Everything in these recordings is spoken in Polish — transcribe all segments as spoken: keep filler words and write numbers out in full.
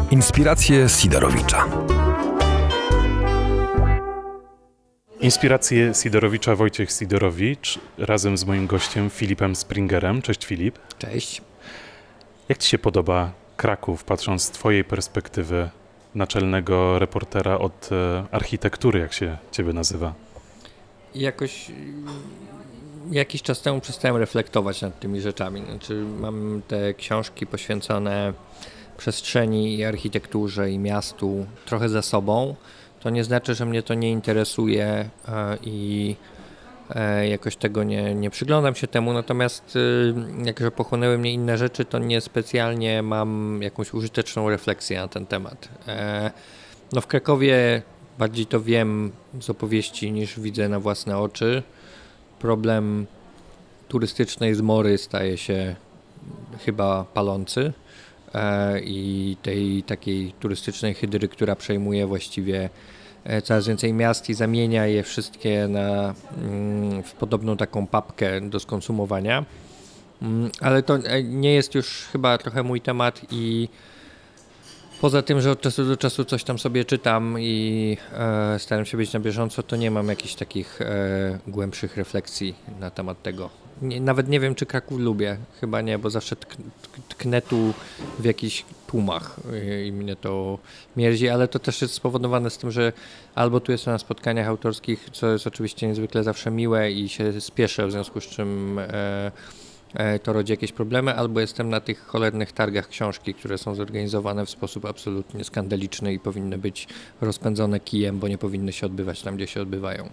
Inspiracje Sidorowicza. Inspiracje Sidorowicza Wojciech Sidorowicz razem z moim gościem Filipem Springerem. Cześć Filip. Cześć. Jak Ci się podoba Kraków, patrząc z Twojej perspektywy naczelnego reportera od architektury, jak się Ciebie nazywa? Jakoś jakiś czas temu przestałem reflektować nad tymi rzeczami. Znaczy, mam te książki poświęcone przestrzeni i architekturze i miastu trochę za sobą. To nie znaczy, że mnie to nie interesuje i jakoś tego nie, nie przyglądam się temu, natomiast jak że pochłonęły mnie inne rzeczy, to niespecjalnie mam jakąś użyteczną refleksję na ten temat. No w Krakowie bardziej to wiem z opowieści niż widzę na własne oczy. Problem turystycznej zmory staje się chyba palący i tej takiej turystycznej hydry, która przejmuje właściwie coraz więcej miast i zamienia je wszystkie na, w podobną taką papkę do skonsumowania. Ale to nie jest już chyba trochę mój temat i poza tym, że od czasu do czasu coś tam sobie czytam i e, staram się być na bieżąco, to nie mam jakichś takich e, głębszych refleksji na temat tego. Nie, nawet nie wiem, czy Kraków lubię. Chyba nie, bo zawsze tkn, tknę tu w jakichś tłumach i, i mnie to mierzi, ale to też jest spowodowane z tym, że albo tu jestem na spotkaniach autorskich, co jest oczywiście niezwykle zawsze miłe i się spieszę, w związku z czym e, to rodzi jakieś problemy, albo jestem na tych cholernych targach książki, które są zorganizowane w sposób absolutnie skandaliczny i powinny być rozpędzone kijem, bo nie powinny się odbywać tam, gdzie się odbywają.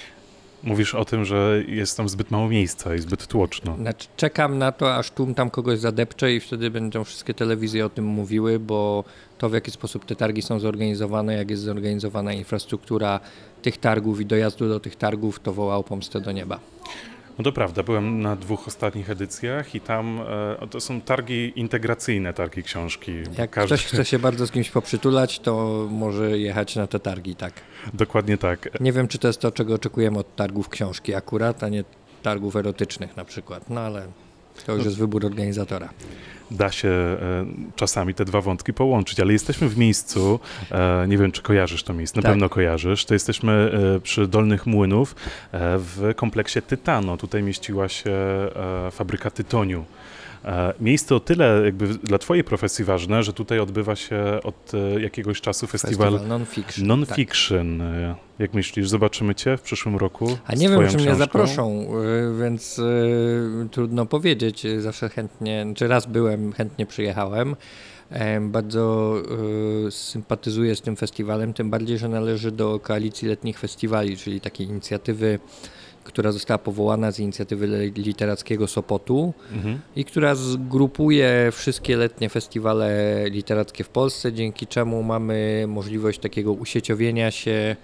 Mówisz o tym, że jest tam zbyt mało miejsca i zbyt tłoczno. Znaczy, czekam na to, aż tłum tam kogoś zadepcze i wtedy będą wszystkie telewizje o tym mówiły, bo to, w jaki sposób te targi są zorganizowane, jak jest zorganizowana infrastruktura tych targów i dojazdu do tych targów, to woła o pomstę do nieba. No to prawda, byłem na dwóch ostatnich edycjach i tam e, to są targi integracyjne, targi książki. Jak Każdy... ktoś chce się bardzo z kimś poprzytulać, to może jechać na te targi, tak. Dokładnie tak. Nie wiem, czy to jest to, czego oczekujemy od targów książki akurat, a nie targów erotycznych na przykład, no ale to już jest wybór organizatora. Da się e, czasami te dwa wątki połączyć, ale jesteśmy w miejscu, e, nie wiem, czy kojarzysz to miejsce, na tak. pewno kojarzysz, to jesteśmy e, przy Dolnych Młynów e, w kompleksie Tytano. Tutaj mieściła się e, fabryka tytoniu. E, miejsce o tyle jakby dla twojej profesji ważne, że tutaj odbywa się od e, jakiegoś czasu festiwal, festiwal non-fiction. non-fiction. Tak. Jak myślisz, zobaczymy cię w przyszłym roku? A nie wiem, czy książką? mnie zaproszą, więc y, trudno powiedzieć. Zawsze chętnie, czy raz byłem, chętnie przyjechałem. E, bardzo y, sympatyzuję z tym festiwalem, tym bardziej, że należy do koalicji letnich festiwali, czyli takiej inicjatywy, która została powołana z inicjatywy literackiego Sopotu mhm. i która zgrupuje wszystkie letnie festiwale literackie w Polsce, dzięki czemu mamy możliwość takiego usieciowienia się,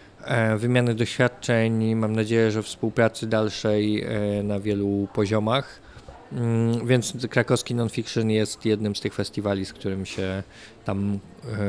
wymiany doświadczeń, mam nadzieję, że współpracy dalszej na wielu poziomach. Więc krakowski non-fiction jest jednym z tych festiwali, z którym się tam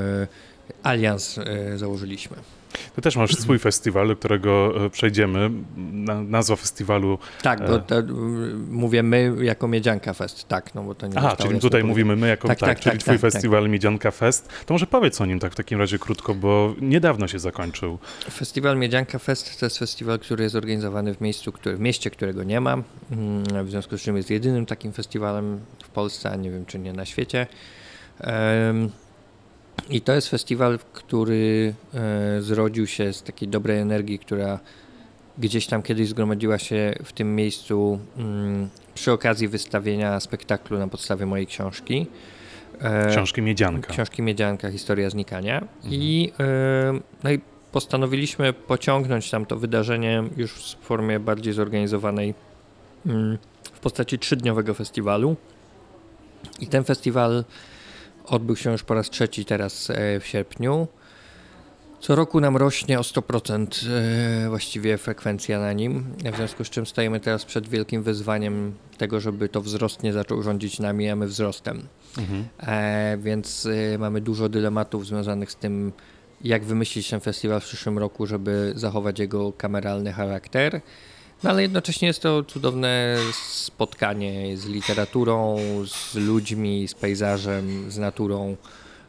alians założyliśmy. Ty też masz swój festiwal, do którego przejdziemy. Nazwa festiwalu... Tak, bo to, mówię my jako Miedzianka Fest, tak, no bo to nie Aha, czyli tutaj mówimy my jako, tak, tak, tak czyli tak, twój tak, festiwal tak. Miedzianka Fest. To może powiedz o nim tak w takim razie krótko, bo niedawno się zakończył. Festiwal Miedzianka Fest to jest festiwal, który jest organizowany w miejscu, który, w mieście, którego nie ma, w związku z czym jest jedynym takim festiwalem w Polsce, a nie wiem czy nie na świecie. Um, I to jest festiwal, który e, zrodził się z takiej dobrej energii, która gdzieś tam kiedyś zgromadziła się w tym miejscu mm, przy okazji wystawienia spektaklu na podstawie mojej książki. E, książki Miedzianka. Książki Miedzianka, Historia znikania. Mhm. I, e, no i postanowiliśmy pociągnąć tam to wydarzenie już w formie bardziej zorganizowanej mm, w postaci trzydniowego festiwalu. I ten festiwal odbył się już po raz trzeci teraz w sierpniu. Co roku nam rośnie o sto procent właściwie frekwencja na nim, w związku z czym stajemy teraz przed wielkim wyzwaniem tego, żeby to wzrost nie zaczął rządzić nami, a my wzrostem. Mhm. E, więc e, mamy dużo dylematów związanych z tym, jak wymyślić ten festiwal w przyszłym roku, żeby zachować jego kameralny charakter. No ale jednocześnie jest to cudowne spotkanie z literaturą, z ludźmi, z pejzażem, z naturą.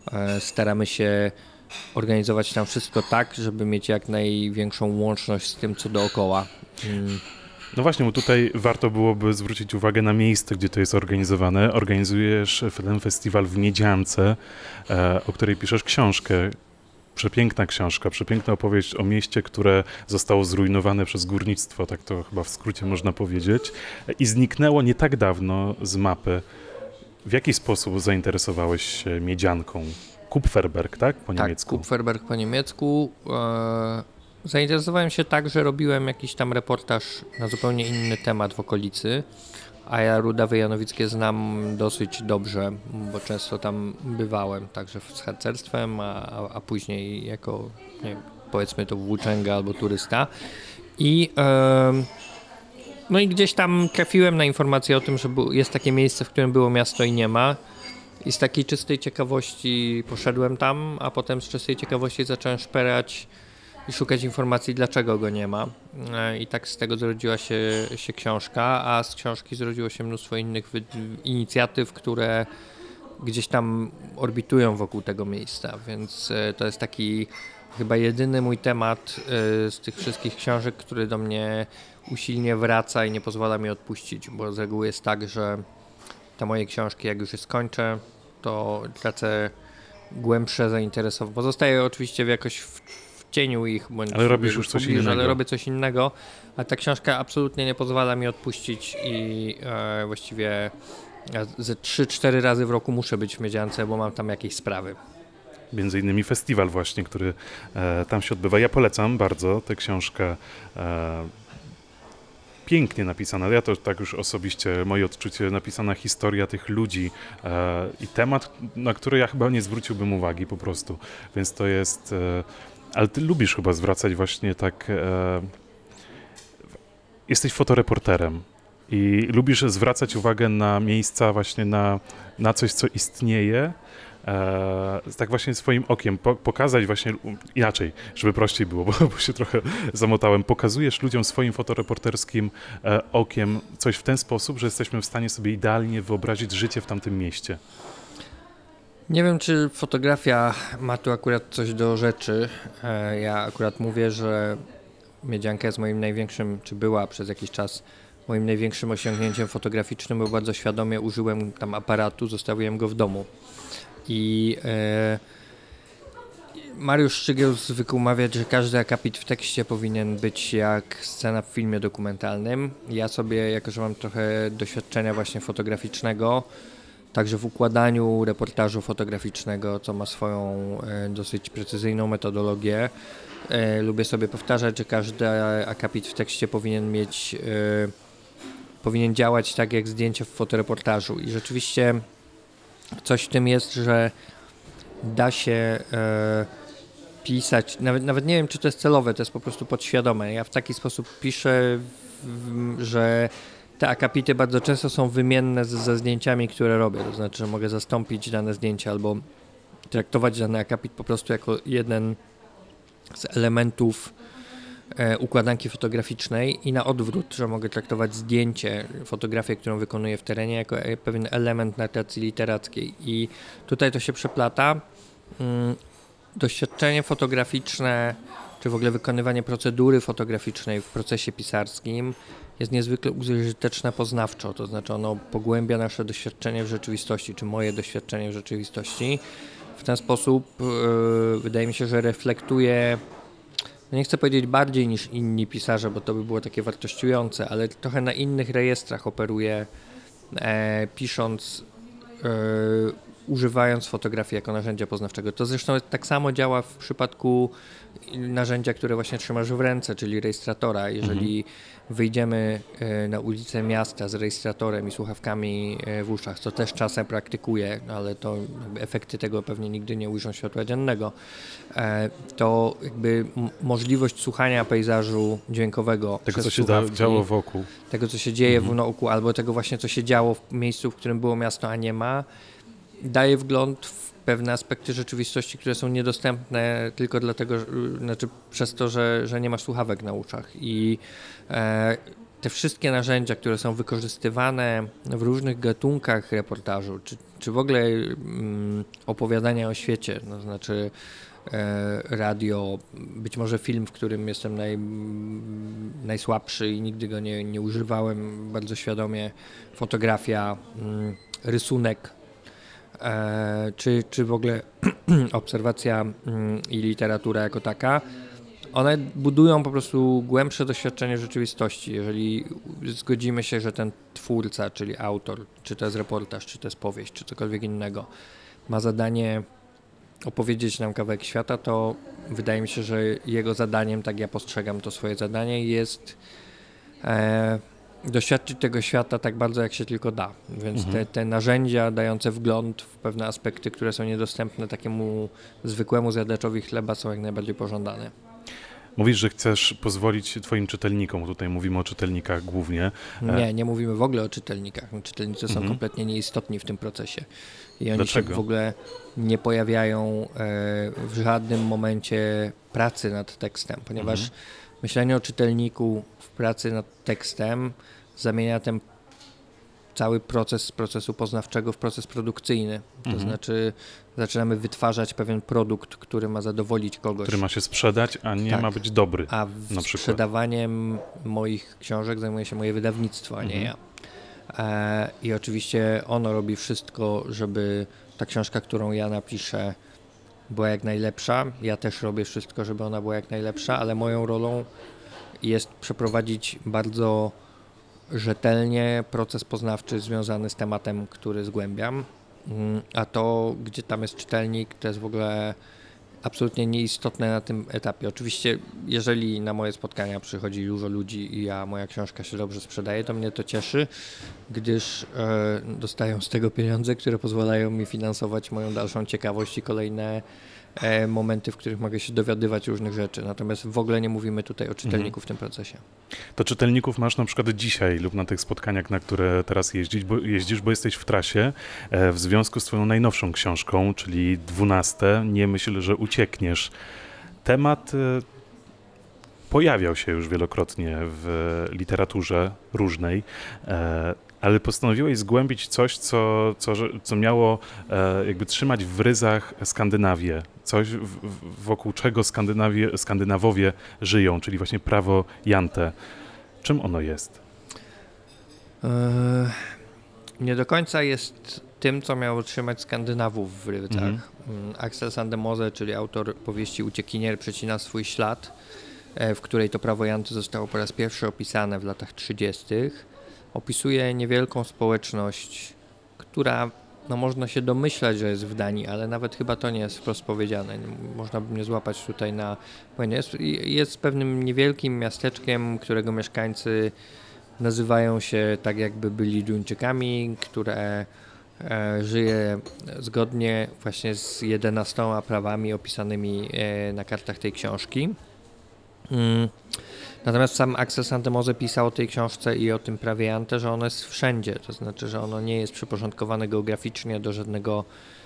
Staramy się organizować tam wszystko tak, żeby mieć jak największą łączność z tym, co dookoła. Hmm. No właśnie, bo tutaj warto byłoby zwrócić uwagę na miejsce, gdzie to jest organizowane. Organizujesz ten festiwal w Miedziance, o której piszesz książkę. Przepiękna książka, przepiękna opowieść o mieście, które zostało zrujnowane przez górnictwo, tak to chyba w skrócie można powiedzieć, i zniknęło nie tak dawno z mapy. W jaki sposób zainteresowałeś się Miedzianką? Kupferberg, tak? Po tak, niemiecku. Kupferberg po niemiecku. E, zainteresowałem się tak, że robiłem jakiś tam reportaż na zupełnie inny temat w okolicy, a ja Rudawy Janowickie znam dosyć dobrze, bo często tam bywałem, także z harcerstwem, a, a później jako, nie wiem, powiedzmy to włóczęga albo turysta. I, e, no i gdzieś tam trafiłem na informację o tym, że jest takie miejsce, w którym było miasto i nie ma. I z takiej czystej ciekawości poszedłem tam, a potem z czystej ciekawości zacząłem szperać i szukać informacji, dlaczego go nie ma. I tak z tego zrodziła się, się książka, a z książki zrodziło się mnóstwo innych wy- inicjatyw, które gdzieś tam orbitują wokół tego miejsca, więc to jest taki chyba jedyny mój temat z tych wszystkich książek, który do mnie usilnie wraca i nie pozwala mi odpuścić, bo z reguły jest tak, że te moje książki, jak już je skończę, to tracę głębsze zainteresowanie. Pozostaję oczywiście jakoś w, w cieniu ich, bądź ale robisz już coś innego. Ale robię coś innego, a ta książka absolutnie nie pozwala mi odpuścić i e, właściwie ze trzy cztery razy w roku muszę być w Miedziance, bo mam tam jakieś sprawy. Między innymi festiwal właśnie, który e, tam się odbywa. Ja polecam bardzo tę książkę. E, pięknie napisana, ja to tak już osobiście, moje odczucie, napisana historia tych ludzi e, i temat, na który ja chyba nie zwróciłbym uwagi po prostu, więc to jest, e, ale ty lubisz chyba zwracać właśnie tak, e, jesteś fotoreporterem i lubisz zwracać uwagę na miejsca właśnie, na, na coś, co istnieje, E, tak właśnie swoim okiem, po, pokazać właśnie inaczej, żeby prościej było, bo, bo się trochę zamotałem. Pokazujesz ludziom swoim fotoreporterskim e, okiem coś w ten sposób, że jesteśmy w stanie sobie idealnie wyobrazić życie w tamtym mieście. Nie wiem, czy fotografia ma tu akurat coś do rzeczy. E, ja akurat mówię, że Miedzianka jest moim największym, czy była przez jakiś czas moim największym osiągnięciem fotograficznym, bo bardzo świadomie użyłem tam aparatu, zostawiłem go w domu. I e, Mariusz Szczygieł zwykł mawiać, że każdy akapit w tekście powinien być jak scena w filmie dokumentalnym. Ja sobie, jako że mam trochę doświadczenia właśnie fotograficznego, także w układaniu reportażu fotograficznego, co ma swoją e, dosyć precyzyjną metodologię, e, lubię sobie powtarzać, że każdy akapit w tekście powinien mieć, e, powinien działać tak jak zdjęcie w fotoreportażu. I rzeczywiście coś w tym jest, że da się e, pisać, nawet, nawet nie wiem, czy to jest celowe, to jest po prostu podświadome. Ja w taki sposób piszę, w, że te akapity bardzo często są wymienne z, ze zdjęciami, które robię. To znaczy, że mogę zastąpić dane zdjęcie albo traktować dany akapit po prostu jako jeden z elementów e, układanki fotograficznej i na odwrót, że mogę traktować zdjęcie, fotografię, którą wykonuję w terenie jako pewien element narracji literackiej i tutaj to się przeplata. Mm, doświadczenie fotograficzne, czy w ogóle wykonywanie procedury fotograficznej w procesie pisarskim jest niezwykle użyteczne poznawczo, to znaczy ono pogłębia nasze doświadczenie w rzeczywistości, czy moje doświadczenie w rzeczywistości. W ten sposób yy, wydaje mi się, że reflektuje, no nie chcę powiedzieć bardziej niż inni pisarze, bo to by było takie wartościujące, ale trochę na innych rejestrach operuje, e, pisząc, e, używając fotografii jako narzędzia poznawczego. To zresztą tak samo działa w przypadku narzędzia, które właśnie trzymasz w ręce, czyli rejestratora. Jeżeli mhm. wyjdziemy na ulicę miasta z rejestratorem i słuchawkami w uszach, co też czasem praktykuję, ale to efekty tego pewnie nigdy nie ujrzą światła dziennego, to jakby możliwość słuchania pejzażu dźwiękowego tego, co się da, działo wokół. Tego, co się dzieje mhm. wokół, albo tego właśnie, co się działo w miejscu, w którym było miasto, a nie ma, daje wgląd w pewne aspekty rzeczywistości, które są niedostępne tylko dlatego, że, znaczy przez to, że, że nie masz słuchawek na uszach. I e, te wszystkie narzędzia, które są wykorzystywane w różnych gatunkach reportażu, czy, czy w ogóle mm, opowiadania o świecie, to znaczy e, radio, być może film, w którym jestem naj, najsłabszy i nigdy go nie, nie używałem bardzo świadomie, fotografia, mm, rysunek, e, czy, czy w ogóle obserwacja mm, i literatura jako taka, one budują po prostu głębsze doświadczenie rzeczywistości. Jeżeli zgodzimy się, że ten twórca, czyli autor, czy to jest reportaż, czy to jest powieść, czy cokolwiek innego, ma zadanie opowiedzieć nam kawałek świata, to wydaje mi się, że jego zadaniem, tak ja postrzegam to swoje zadanie, jest e, doświadczyć tego świata tak bardzo, jak się tylko da. Więc mhm. te, te narzędzia dające wgląd w pewne aspekty, które są niedostępne takiemu zwykłemu zjadaczowi chleba, są jak najbardziej pożądane. Mówisz, że chcesz pozwolić twoim czytelnikom, tutaj mówimy o czytelnikach głównie. Nie, nie mówimy w ogóle o czytelnikach. Czytelnicy są mhm. kompletnie nieistotni w tym procesie. I oni Dlaczego? się w ogóle nie pojawiają w żadnym momencie pracy nad tekstem, ponieważ mhm. myślenie o czytelniku w pracy nad tekstem zamienia ten cały proces z procesu poznawczego w proces produkcyjny. To mhm. znaczy zaczynamy wytwarzać pewien produkt, który ma zadowolić kogoś. Który ma się sprzedać, a nie tak. ma być dobry. A w sprzedawaniem moich książek zajmuje się moje wydawnictwo, a nie mhm. ja. E, I oczywiście ono robi wszystko, żeby ta książka, którą ja napiszę, była jak najlepsza. Ja też robię wszystko, żeby ona była jak najlepsza, ale moją rolą jest przeprowadzić bardzo rzetelnie proces poznawczy związany z tematem, który zgłębiam, a to, gdzie tam jest czytelnik, to jest w ogóle absolutnie nieistotne na tym etapie. Oczywiście, jeżeli na moje spotkania przychodzi dużo ludzi i ja, moja książka się dobrze sprzedaje, to mnie to cieszy, gdyż e, dostają z tego pieniądze, które pozwalają mi finansować moją dalszą ciekawość i kolejne e, momenty, w których mogę się dowiadywać różnych rzeczy. Natomiast w ogóle nie mówimy tutaj o czytelniku mhm. w tym procesie. To czytelników masz na przykład dzisiaj lub na tych spotkaniach, na które teraz jeździsz, bo, jeździsz, bo jesteś w trasie e, w związku z twoją najnowszą książką, czyli dwunaste. Nie myśl, że uciekniesz. Temat e, pojawiał się już wielokrotnie w literaturze różnej, e, ale postanowiłeś zgłębić coś, co, co, co miało e, jakby trzymać w ryzach Skandynawię, coś w, wokół czego Skandynawie, Skandynawowie żyją, czyli właśnie prawo Jante. Czym ono jest? Eee, nie do końca jest tym, co miało trzymać Skandynawów w ryzach. Mhm. Axel Sandemose, czyli autor powieści Uciekinier, przecina swój ślad, w której to prawo Janty zostało po raz pierwszy opisane w latach trzydziestych. Opisuje niewielką społeczność, która, no można się domyślać, że jest w Danii, ale nawet chyba to nie jest wprost powiedziane. Można by mnie złapać tutaj na... Jest, jest pewnym niewielkim miasteczkiem, którego mieszkańcy nazywają się tak, jakby byli Duńczykami, które e, żyje zgodnie właśnie z jedenastoma prawami opisanymi e, na kartach tej książki. Mm. Natomiast sam Axel Sandemose pisał o tej książce i o tym prawie Jante, że ono jest wszędzie, to znaczy, że ono nie jest przyporządkowane geograficznie do żadnego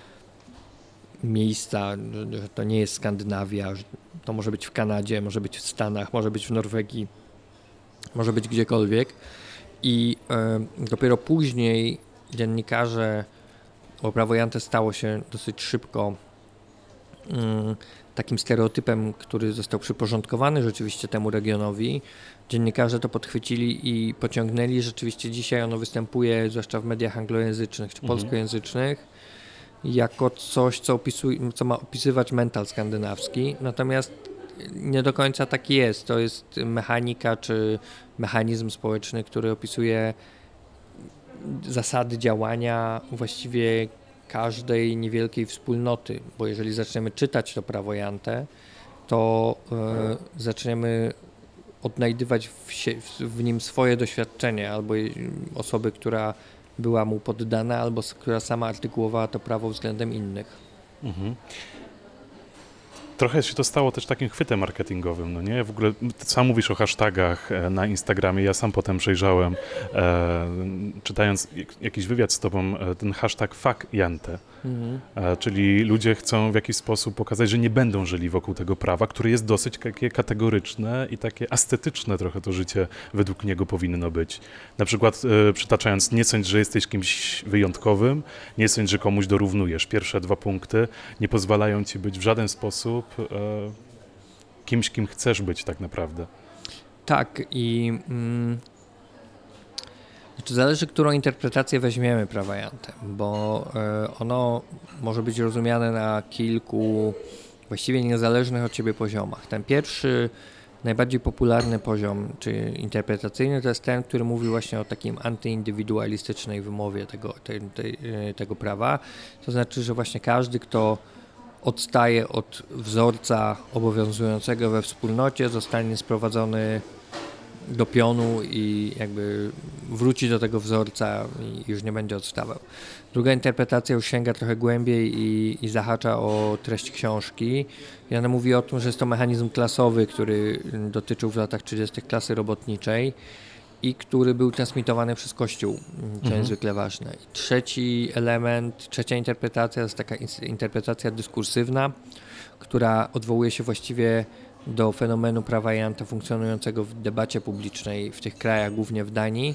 miejsca, że to nie jest Skandynawia, że to może być w Kanadzie, może być w Stanach, może być w Norwegii, może być gdziekolwiek. I y, dopiero później dziennikarze, bo prawo Jante stało się dosyć szybko y, takim stereotypem, który został przyporządkowany rzeczywiście temu regionowi. Dziennikarze to podchwycili i pociągnęli. Rzeczywiście dzisiaj ono występuje, zwłaszcza w mediach anglojęzycznych czy mhm. polskojęzycznych, jako coś, co, opisuje, co ma opisywać mental skandynawski. Natomiast nie do końca tak jest. To jest mechanika czy mechanizm społeczny, który opisuje zasady działania właściwie każdej niewielkiej wspólnoty, bo jeżeli zaczniemy czytać to prawo Jante, to y, zaczniemy odnajdywać w, sie, w nim swoje doświadczenie, albo osoby, która była mu poddana, albo która sama artykułowała to prawo względem innych. Mhm. trochę się to stało też takim chwytem marketingowym, no nie? W ogóle sam mówisz o hashtagach na Instagramie, ja sam potem przejrzałem, e, czytając jakiś wywiad z tobą, ten hashtag fuck Jantę, mhm. e, czyli ludzie chcą w jakiś sposób pokazać, że nie będą żyli wokół tego prawa, które jest dosyć takie kategoryczne i takie ascetyczne trochę to życie według niego powinno być. Na przykład e, przytaczając, nie sądź, że jesteś kimś wyjątkowym, nie sądź, że komuś dorównujesz. Pierwsze dwa punkty nie pozwalają ci być w żaden sposób e, kimś, kim chcesz być tak naprawdę. Tak i mm, znaczy zależy, którą interpretację weźmiemy prawa Jantę, bo e, ono może być rozumiane na kilku właściwie niezależnych od siebie poziomach. Ten pierwszy, najbardziej popularny poziom, czy interpretacyjny, to jest ten, który mówi właśnie o takim antyindywidualistycznej wymowie tego, te, te, tego prawa. To znaczy, że właśnie każdy, kto odstaje od wzorca obowiązującego we wspólnocie, zostanie sprowadzony do pionu i jakby wróci do tego wzorca i już nie będzie odstawał. Druga interpretacja już sięga trochę głębiej i, i zahacza o treść książki. I ona mówi o tym, że jest to mechanizm klasowy, który dotyczył w latach trzydziestych klasy robotniczej i który był transmitowany przez Kościół, co mhm. jest zwykle ważne. I trzeci element, trzecia interpretacja jest taka interpretacja dyskursywna, która odwołuje się właściwie do fenomenu prawa Jantę funkcjonującego w debacie publicznej w tych krajach, głównie w Danii.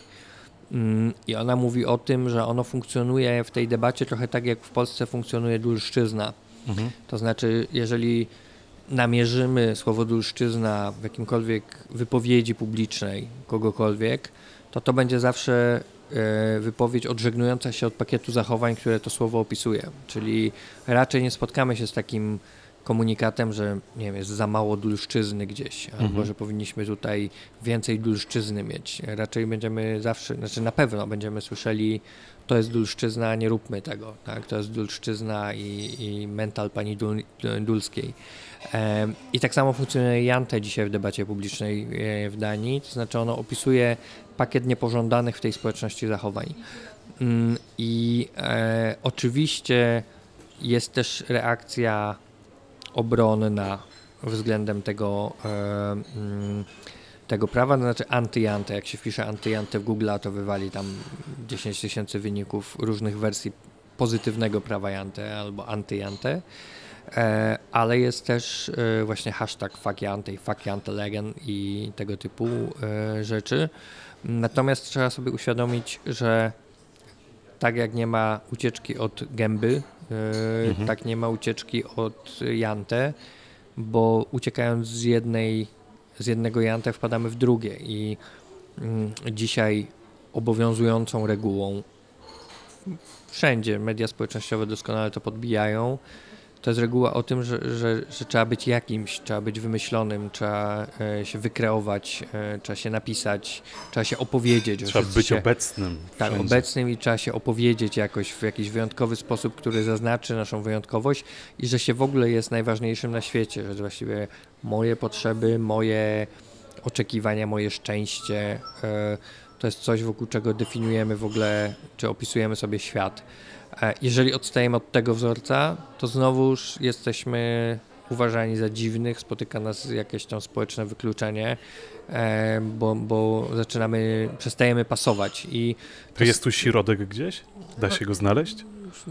I ona mówi o tym, że ono funkcjonuje w tej debacie trochę tak, jak w Polsce funkcjonuje dulszczyzna. Mhm. To znaczy, jeżeli namierzymy słowo dulszczyzna w jakimkolwiek wypowiedzi publicznej kogokolwiek, to to będzie zawsze e, wypowiedź odżegnująca się od pakietu zachowań, które to słowo opisuje. Czyli raczej nie spotkamy się z takim komunikatem, że nie wiem, jest za mało dulszczyzny gdzieś, mhm. albo że powinniśmy tutaj więcej dulszczyzny mieć. Raczej będziemy zawsze, znaczy na pewno będziemy słyszeli, to jest dulszczyzna, nie róbmy tego, tak? To jest dulszczyzna i, i mental pani Dul, Dulskiej. E, I tak samo funkcjonuje Jantę dzisiaj w debacie publicznej e, w Danii, to znaczy ono opisuje pakiet niepożądanych w tej społeczności zachowań. Mm, I e, oczywiście jest też reakcja obronna względem tego, e, tego prawa, to znaczy antyjantę. Jak się wpisze antyjantę w Google, to wywali tam dziesięć tysięcy wyników różnych wersji pozytywnego prawa Jantę albo antyjantę, e, ale jest też e, właśnie hashtag fuck Jantę i fuck Jantę Legend i tego typu e, rzeczy. Natomiast trzeba sobie uświadomić, że tak jak nie ma ucieczki od gęby, Yy, mhm. tak nie ma ucieczki od Jantę, bo uciekając z jednej, z jednego Jantę wpadamy w drugie i yy, dzisiaj obowiązującą regułą wszędzie, media społecznościowe doskonale to podbijają, to jest reguła o tym, że, że, że trzeba być jakimś, trzeba być wymyślonym, trzeba e, się wykreować, e, trzeba się napisać, trzeba się opowiedzieć. Trzeba być się, obecnym. Tak, wszędzie. obecnym i trzeba się opowiedzieć jakoś w jakiś wyjątkowy sposób, który zaznaczy naszą wyjątkowość i że się w ogóle jest najważniejszym na świecie, że właściwie moje potrzeby, moje oczekiwania, moje szczęście e, to jest coś, wokół czego definiujemy w ogóle, czy opisujemy sobie świat. Jeżeli odstajemy od tego wzorca, to znowuż jesteśmy uważani za dziwnych, spotyka nas jakieś tam społeczne wykluczenie, bo, bo zaczynamy, przestajemy pasować. I to, to jest tu środek gdzieś? Da się go znaleźć?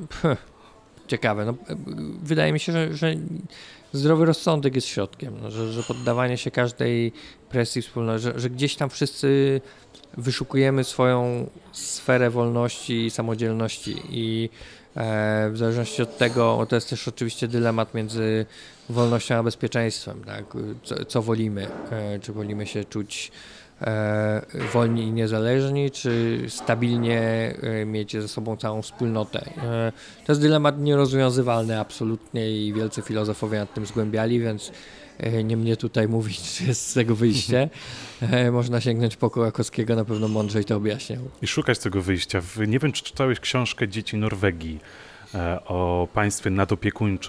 Ciekawe. No, wydaje mi się, że, że zdrowy rozsądek jest środkiem, no, że, że poddawanie się każdej presji wspólnej, że, że gdzieś tam wszyscy wyszukujemy swoją sferę wolności i samodzielności i e, w zależności od tego, to jest też oczywiście dylemat między wolnością a bezpieczeństwem, tak? Co, co wolimy? E, czy wolimy się czuć e, wolni i niezależni, czy stabilnie e, mieć ze sobą całą wspólnotę? E, to jest dylemat nierozwiązywalny absolutnie i wielcy filozofowie nad tym zgłębiali, więc nie mnie tutaj mówić, czy jest z tego wyjście. Można sięgnąć po Kołakowskiego, na pewno mądrzej to objaśniał. I szukać tego wyjścia. Nie wiem, czy czytałeś książkę Dzieci Norwegii o państwie nadopiekuńczym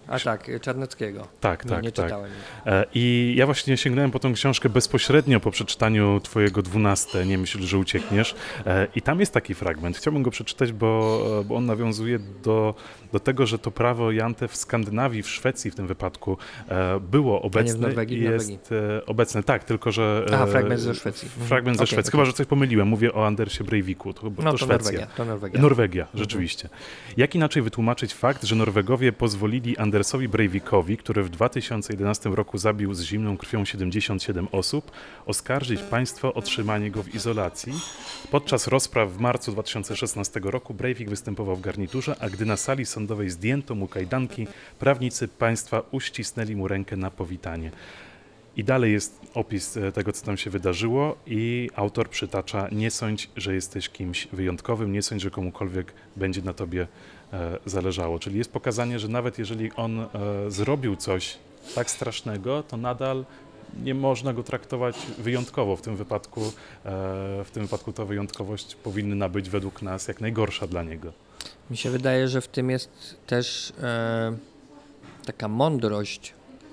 A tak, Czarneckiego. Tak, nie, tak, nie tak. czytałem. I ja właśnie sięgnąłem po tą książkę bezpośrednio po przeczytaniu twojego dwunaste, nie myśl, że uciekniesz. I tam jest taki fragment. Chciałbym go przeczytać, bo, bo on nawiązuje do, do tego, że to prawo Jante w Skandynawii, w Szwecji w tym wypadku było obecne. A nie w Norwegii, i w jest Norwegii. obecne, tak, tylko że... Aha, fragment ze Szwecji. Fragment ze okay, Szwecji. Okay. Chyba, że coś pomyliłem. Mówię o Andersie Breiviku. To chyba no, to, to Szwecja. Norwegia. To Norwegia. Norwegia, rzeczywiście. Jak inaczej wytłumaczyć fakt, że Norwegowie pozwolili Andersowi Breivikowi, który w dwa tysiące jedenastym roku zabił z zimną krwią siedemdziesiąt siedem osób, oskarżyć państwo o trzymanie go w izolacji? Podczas rozpraw w marcu dwa tysiące szesnastego roku Breivik występował w garniturze, a gdy na sali sądowej zdjęto mu kajdanki, prawnicy państwa uścisnęli mu rękę na powitanie. I dalej jest opis tego, co tam się wydarzyło i autor przytacza: nie sądź, że jesteś kimś wyjątkowym, nie sądź, że komukolwiek będzie na tobie e, zależało. Czyli jest pokazanie, że nawet jeżeli on e, zrobił coś tak strasznego, to nadal nie można go traktować wyjątkowo. W tym wypadku, e, w tym wypadku ta wyjątkowość powinna być według nas jak najgorsza dla niego. Mi się wydaje, że w tym jest też e, taka mądrość.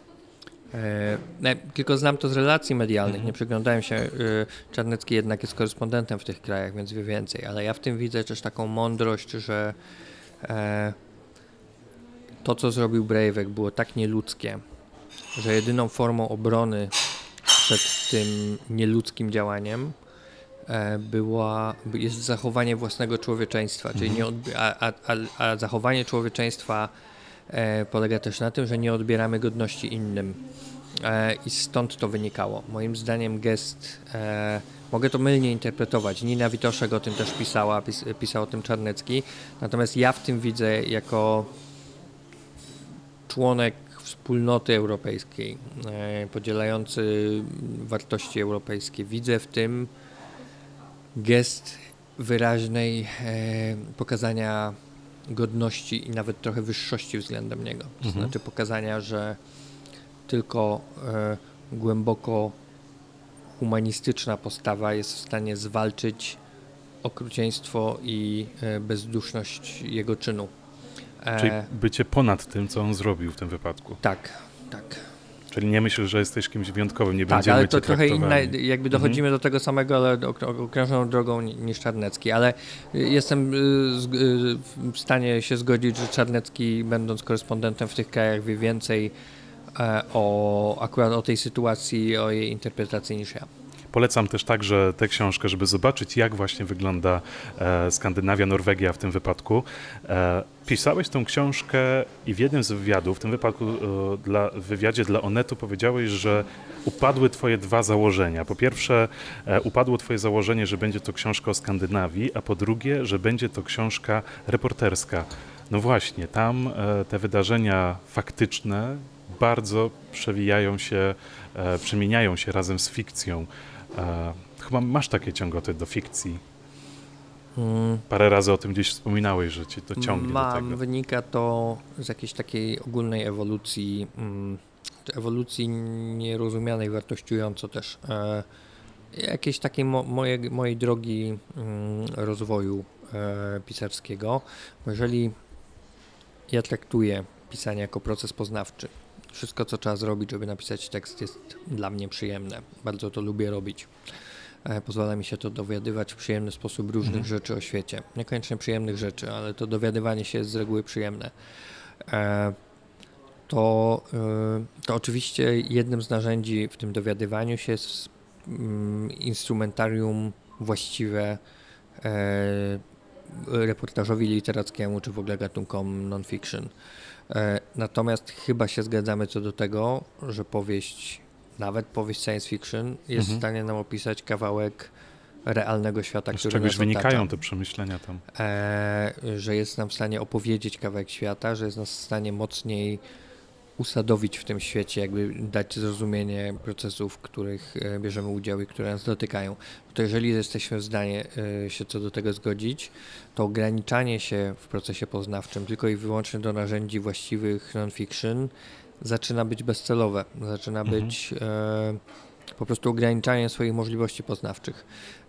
E, tylko znam to z relacji medialnych, nie przyglądałem się. E, Czarnecki jednak jest korespondentem w tych krajach, więc wie więcej, ale ja w tym widzę też taką mądrość, że e, to, co zrobił Breivik, było tak nieludzkie, że jedyną formą obrony przed tym nieludzkim działaniem e, była, jest zachowanie własnego człowieczeństwa, czyli nie odbi- a, a, a, a zachowanie człowieczeństwa e, polega też na tym, że nie odbieramy godności innym. E, I stąd to wynikało. Moim zdaniem gest, e, mogę to mylnie interpretować, Nina Witoszek o tym też pisała, pis, pisał o tym Czarnecki, natomiast ja w tym widzę jako członek wspólnoty europejskiej, e, podzielający wartości europejskie, widzę w tym gest wyraźnej e, pokazania godności i nawet trochę wyższości względem niego. To Mhm. znaczy pokazania, że tylko e, głęboko humanistyczna postawa jest w stanie zwalczyć okrucieństwo i e, bezduszność jego czynu. E, Czyli bycie ponad tym, co on zrobił w tym wypadku. Tak, tak. Czyli nie myśl, że jesteś kimś wyjątkowym, nie Tak, będziemy ale to cię trochę inne, traktowani. jakby dochodzimy do tego samego, ale ok- okrężną drogą ni- niż Czarnecki, ale jestem y, z, y, w stanie się zgodzić, że Czarnecki, będąc korespondentem w tych krajach, wie więcej e, o akurat o tej sytuacji, o jej interpretacji niż ja. Polecam też także tę książkę, żeby zobaczyć, jak właśnie wygląda e, Skandynawia, Norwegia w tym wypadku. E, pisałeś tą książkę i w jednym z wywiadów, w tym wypadku e, dla, w wywiadzie dla Onetu powiedziałeś, że upadły twoje dwa założenia. Po pierwsze, e, upadło twoje założenie, że będzie to książka o Skandynawii, a po drugie, że będzie to książka reporterska. No właśnie, tam e, te wydarzenia faktyczne bardzo przewijają się, e, przemieniają się razem z fikcją. E, chyba masz takie ciągoty do fikcji. Hmm. Parę razy o tym gdzieś wspominałeś, że cię to ciągnie Mam, do tego. wynika to z jakiejś takiej ogólnej ewolucji, mm, ewolucji nierozumianej wartościująco też, e, jakiejś takiej mo, moje, mojej drogi mm, rozwoju e, pisarskiego. Bo jeżeli ja traktuję pisanie jako proces poznawczy, wszystko, co trzeba zrobić, żeby napisać tekst, jest dla mnie przyjemne. Bardzo to lubię robić. E, pozwala mi się to dowiadywać w przyjemny sposób różnych mhm. rzeczy o świecie. Niekoniecznie przyjemnych rzeczy, ale to dowiadywanie się jest z reguły przyjemne. E, to, e, to oczywiście jednym z narzędzi w tym dowiadywaniu się jest mm, instrumentarium właściwe e, reportażowi literackiemu, czy w ogóle gatunkom non-fiction. E, natomiast chyba się zgadzamy co do tego, że powieść, nawet powieść science fiction jest mhm. w stanie nam opisać kawałek realnego świata, Z który czegoś nas wynikają otacza. te przemyślenia tam. E, że jest nam w stanie opowiedzieć kawałek świata, że jest nas w stanie mocniej usadowić w tym świecie, jakby dać zrozumienie procesów, w których e, bierzemy udział i które nas dotykają. To jeżeli jesteśmy w stanie e, się co do tego zgodzić, to ograniczanie się w procesie poznawczym tylko i wyłącznie do narzędzi właściwych non-fiction zaczyna być bezcelowe, zaczyna mhm. być e, po prostu ograniczanie swoich możliwości poznawczych.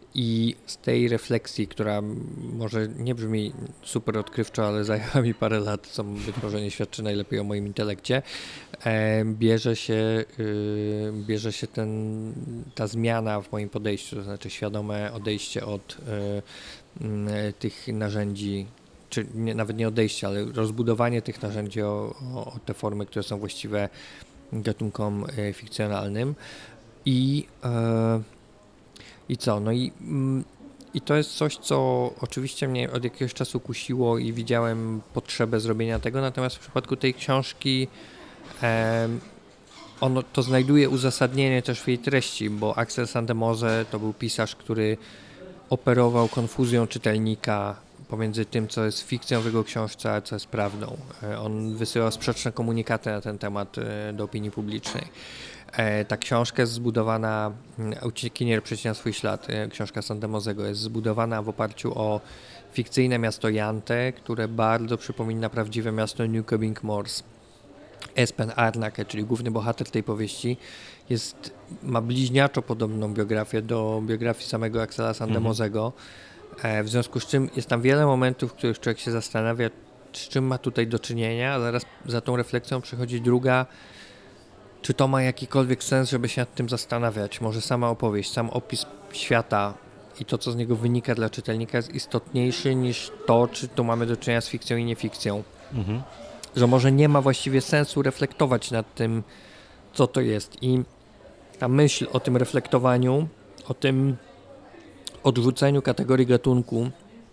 I z tej refleksji, która może nie brzmi super odkrywczo, ale zajęła mi parę lat, co być może nie świadczy najlepiej o moim intelekcie, e, bierze się, y, bierze się ten, ta zmiana w moim podejściu, to znaczy świadome odejście od y, y, tych narzędzi, czy nie, nawet nie odejście, ale rozbudowanie tych narzędzi o, o, o te formy, które są właściwe gatunkom y, fikcjonalnym. I y, I co? No i, i to jest coś, co oczywiście mnie od jakiegoś czasu kusiło i widziałem potrzebę zrobienia tego, natomiast w przypadku tej książki e, ono to znajduje uzasadnienie też w jej treści, bo Axel Sandemose to był pisarz, który operował konfuzją czytelnika pomiędzy tym, co jest fikcją w jego książce, a co jest prawdą. E, on wysyłał sprzeczne komunikaty na ten temat e, do opinii publicznej. Ta książka jest zbudowana, Uciekinier przecina swój ślad, książka Sandemosego jest zbudowana w oparciu o fikcyjne miasto Jante, które bardzo przypomina prawdziwe miasto Nykøbing Mors. Espen Arnake, czyli główny bohater tej powieści, jest, ma bliźniaczo podobną biografię do biografii samego Axela Sandemosego, mhm. w związku z czym jest tam wiele momentów, w których człowiek się zastanawia, z czym ma tutaj do czynienia, a zaraz za tą refleksją przychodzi druga, czy to ma jakikolwiek sens, żeby się nad tym zastanawiać? Może sama opowieść, sam opis świata i to, co z niego wynika dla czytelnika, jest istotniejszy niż to, czy tu mamy do czynienia z fikcją i niefikcją. Mhm. Że może nie ma właściwie sensu reflektować nad tym, co to jest. I ta myśl o tym reflektowaniu, o tym odrzuceniu kategorii gatunku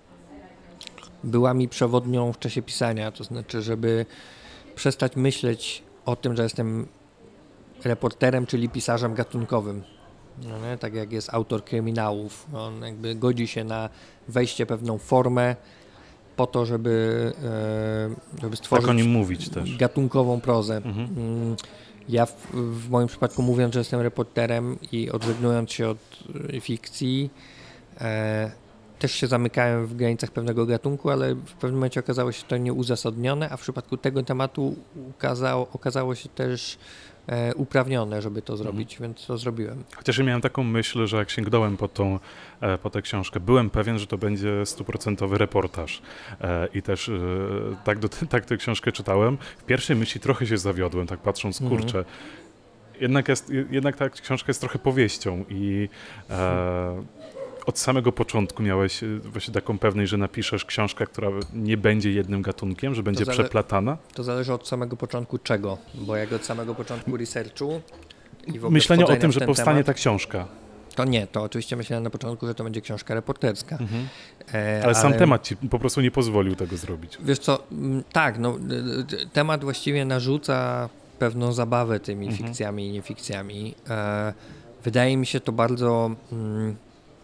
była mi przewodnią w czasie pisania. To znaczy, żeby przestać myśleć o tym, że jestem reporterem, czyli pisarzem gatunkowym. No nie? Tak jak jest autor kryminałów. On jakby godzi się na wejście w pewną formę po to, żeby, żeby stworzyć tak o nim mówić też. Gatunkową prozę. Mhm. Ja w, w moim przypadku, mówiąc, że jestem reporterem i odżegnując się od fikcji, e, też się zamykałem w granicach pewnego gatunku, ale w pewnym momencie okazało się to nieuzasadnione, a w przypadku tego tematu ukazało, okazało się też e, uprawnione, żeby to zrobić, mhm. więc to zrobiłem. Chociaż ja miałem taką myśl, że jak sięgnąłem po, tą, e, po tę książkę, byłem pewien, że to będzie stuprocentowy reportaż e, i też e, tak, do, tak tę książkę czytałem. W pierwszej myśli trochę się zawiodłem, tak patrząc, mhm. kurczę, jednak, jest, jednak ta książka jest trochę powieścią i e, od samego początku miałeś właśnie taką pewność, że napiszesz książkę, która nie będzie jednym gatunkiem, że będzie zale- przeplatana? To zależy od samego początku czego, bo jak od samego początku researchu i w ogóle myślenie o tym, że powstanie temat, ta książka. To nie, to oczywiście myślałem na początku, że to będzie książka reporterska. Mhm. E, ale, ale sam temat ci po prostu nie pozwolił tego zrobić. Wiesz co, tak, no, temat właściwie narzuca pewną zabawę tymi mhm. fikcjami i niefikcjami. E, wydaje mi się to bardzo mm,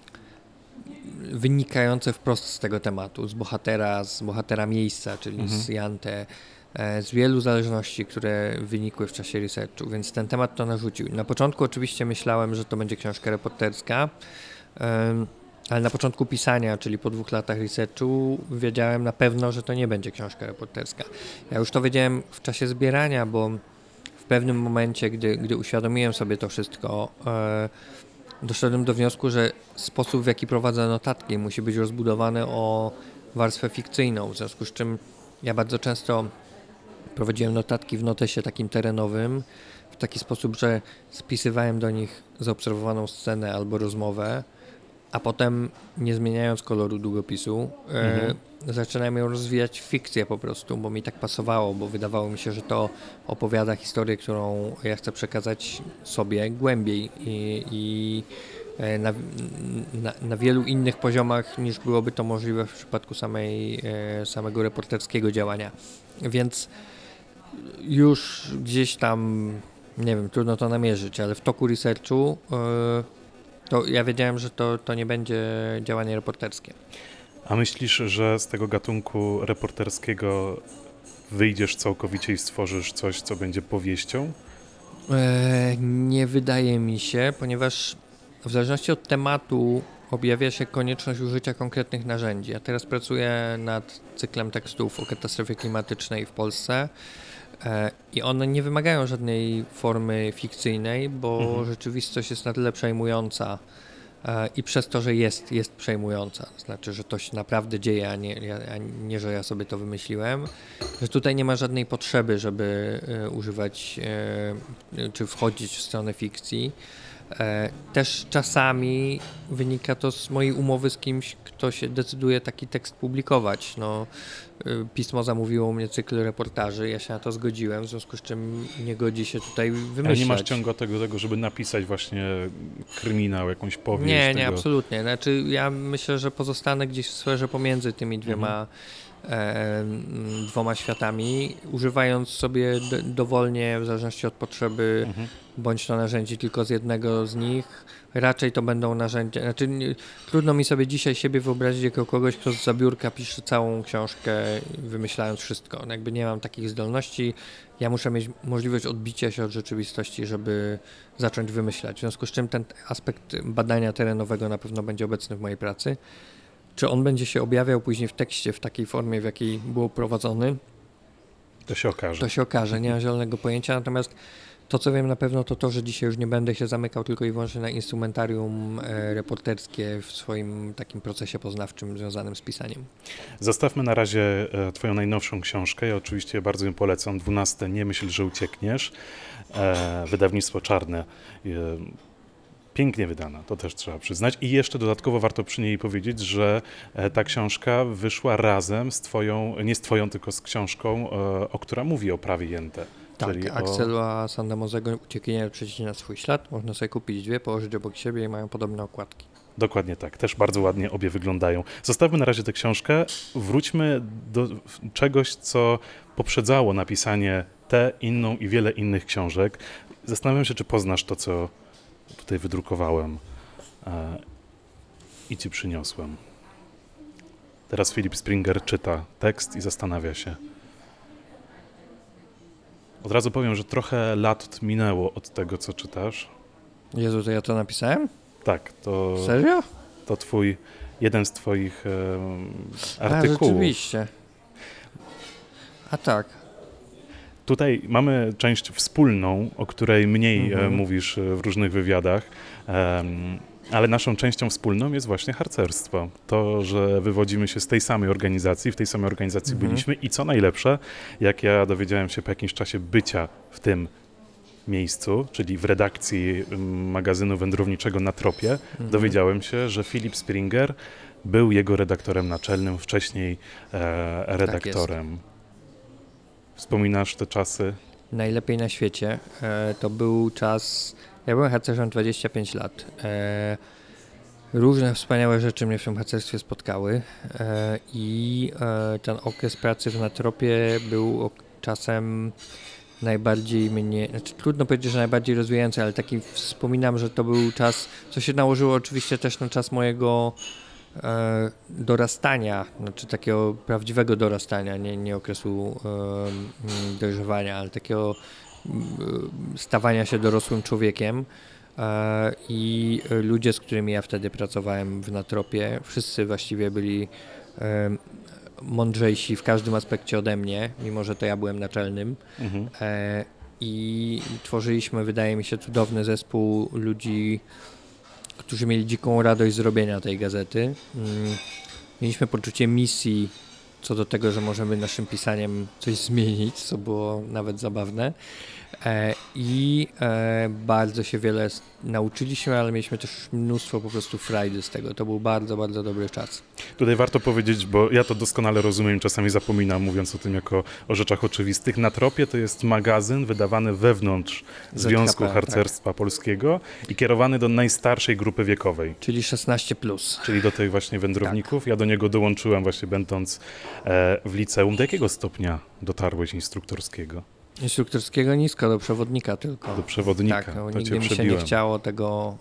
wynikające wprost z tego tematu, z bohatera, z bohatera miejsca, czyli mhm. z Jante, e, z wielu zależności, które wynikły w czasie researchu, więc ten temat to narzucił. Na początku oczywiście myślałem, że to będzie książka reporterska, e, ale na początku pisania, czyli po dwóch latach researchu, wiedziałem na pewno, że to nie będzie książka reporterska. Ja już to wiedziałem w czasie zbierania, bo w pewnym momencie, gdy, gdy uświadomiłem sobie to wszystko, e, doszedłem do wniosku, że sposób, w jaki prowadzę notatki, musi być rozbudowany o warstwę fikcyjną, w związku z czym ja bardzo często prowadziłem notatki w notesie takim terenowym, w taki sposób, że spisywałem do nich zaobserwowaną scenę albo rozmowę, a potem, nie zmieniając koloru długopisu, mhm. e, zaczynałem ją rozwijać w fikcję po prostu, bo mi tak pasowało, bo wydawało mi się, że to opowiada historię, którą ja chcę przekazać sobie głębiej i, i e, na, na, na wielu innych poziomach, niż byłoby to możliwe w przypadku samej, e, samego reporterskiego działania. Więc już gdzieś tam, nie wiem, trudno to namierzyć, ale w toku researchu e, to ja wiedziałem, że to, to nie będzie działanie reporterskie. A myślisz, że z tego gatunku reporterskiego wyjdziesz całkowicie i stworzysz coś, co będzie powieścią? E, nie wydaje mi się, ponieważ w zależności od tematu objawia się konieczność użycia konkretnych narzędzi. Ja teraz pracuję nad cyklem tekstów o katastrofie klimatycznej w Polsce e, i one nie wymagają żadnej formy fikcyjnej, bo mhm. rzeczywistość jest na tyle przejmująca i przez to, że jest, jest przejmująca. Znaczy, że to się naprawdę dzieje, a nie, a nie, że ja sobie to wymyśliłem. Że tutaj nie ma żadnej potrzeby, żeby używać czy wchodzić w stronę fikcji. Też czasami wynika to z mojej umowy z kimś, kto się decyduje taki tekst publikować. No, pismo zamówiło mnie cykl reportaży, ja się na to zgodziłem, w związku z czym nie godzi się tutaj wymyślać. Ale nie masz ciągu tego, tego, żeby napisać właśnie kryminał, jakąś powieść? Nie, tego... nie, absolutnie. Znaczy, ja myślę, że pozostanę gdzieś w sferze pomiędzy tymi dwiema mhm. e, dwoma światami, używając sobie do, dowolnie, w zależności od potrzeby, mhm. bądź to narzędzi tylko z jednego z nich. Raczej to będą narzędzia, znaczy nie, trudno mi sobie dzisiaj siebie wyobrazić jako kogoś, kto z biurka pisze całą książkę, wymyślając wszystko. No jakby nie mam takich zdolności, ja muszę mieć możliwość odbicia się od rzeczywistości, żeby zacząć wymyślać. W związku z czym ten aspekt badania terenowego na pewno będzie obecny w mojej pracy. Czy on będzie się objawiał później w tekście w takiej formie, w jakiej był prowadzony? To się okaże. To się okaże, nie mam zielonego pojęcia, natomiast to, co wiem na pewno, to to, że dzisiaj już nie będę się zamykał tylko i wyłącznie na instrumentarium e, reporterskie w swoim takim procesie poznawczym związanym z pisaniem. Zostawmy na razie e, twoją najnowszą książkę. Ja oczywiście bardzo ją polecam. dwunaste Nie myśl, że uciekniesz. E, wydawnictwo Czarne. E, pięknie wydana, to też trzeba przyznać. I jeszcze dodatkowo warto przy niej powiedzieć, że e, ta książka wyszła razem z twoją, nie z twoją, tylko z książką, e, o która mówi o prawie Jęte. Tak, Czyli Axela o... Sandemosego Uciekinier przecina swój ślad. Można sobie kupić dwie, położyć obok siebie i mają podobne okładki. Dokładnie tak. Też bardzo ładnie obie wyglądają. Zostawmy na razie tę książkę. Wróćmy do czegoś, co poprzedzało napisanie tę, inną i wiele innych książek. Zastanawiam się, czy poznasz to, co tutaj wydrukowałem e, i ci przyniosłem. Teraz Philip Springer czyta tekst i zastanawia się. Od razu powiem, że trochę lat minęło od tego, co czytasz. Jezu, to ja to napisałem? Tak, to... Serio? To twój, jeden z twoich e, artykułów. A, rzeczywiście. A tak. Tutaj mamy część wspólną, o której mniej mhm. e, mówisz w różnych wywiadach, e, ale naszą częścią wspólną jest właśnie harcerstwo. To, że wywodzimy się z tej samej organizacji, w tej samej organizacji mhm. byliśmy i co najlepsze, jak ja dowiedziałem się po jakimś czasie bycia w tym miejscu, czyli w redakcji magazynu wędrowniczego Na Tropie, mhm. dowiedziałem się, że Philip Springer był jego redaktorem naczelnym, wcześniej e, redaktorem. Tak, wspominasz te czasy? Najlepiej na świecie. E, to był czas... Ja byłem harcerzem dwadzieścia pięć lat. E, różne wspaniałe rzeczy mnie w tym harcerstwie spotkały e, i e, ten okres pracy w Na Tropie był czasem najbardziej mnie, znaczy trudno powiedzieć, że najbardziej rozwijający, ale taki wspominam, że to był czas, co się nałożyło oczywiście też na czas mojego e, dorastania, znaczy takiego prawdziwego dorastania, nie, nie okresu e, dojrzewania, ale takiego e, stawania się dorosłym człowiekiem. E, I ludzie, z którymi ja wtedy pracowałem w Na Tropie, wszyscy właściwie byli e, mądrzejsi w każdym aspekcie ode mnie, mimo że to ja byłem naczelnym. Mhm. E, I tworzyliśmy, wydaje mi się, cudowny zespół ludzi, którzy mieli dziką radość zrobienia tej gazety. Mm, mieliśmy poczucie misji co do tego, że możemy naszym pisaniem coś zmienić, co było nawet zabawne. E, I e, bardzo się wiele nauczyliśmy, ale mieliśmy też mnóstwo po prostu frajdy z tego. To był bardzo, bardzo dobry czas. Tutaj warto powiedzieć, bo ja to doskonale rozumiem, czasami zapominam, mówiąc o tym jako o rzeczach oczywistych. Na Tropie to jest magazyn wydawany wewnątrz Związku Harcerstwa tak. Polskiego i kierowany do najstarszej grupy wiekowej. Czyli szesnaście plus. Czyli do tych właśnie wędrowników. Tak. Ja do niego dołączyłem właśnie będąc e, w liceum. Do jakiego stopnia dotarłeś instruktorskiego? Instruktorskiego nisko, do przewodnika tylko. Do przewodnika, tak, no, to nigdy mi się nie chciało tego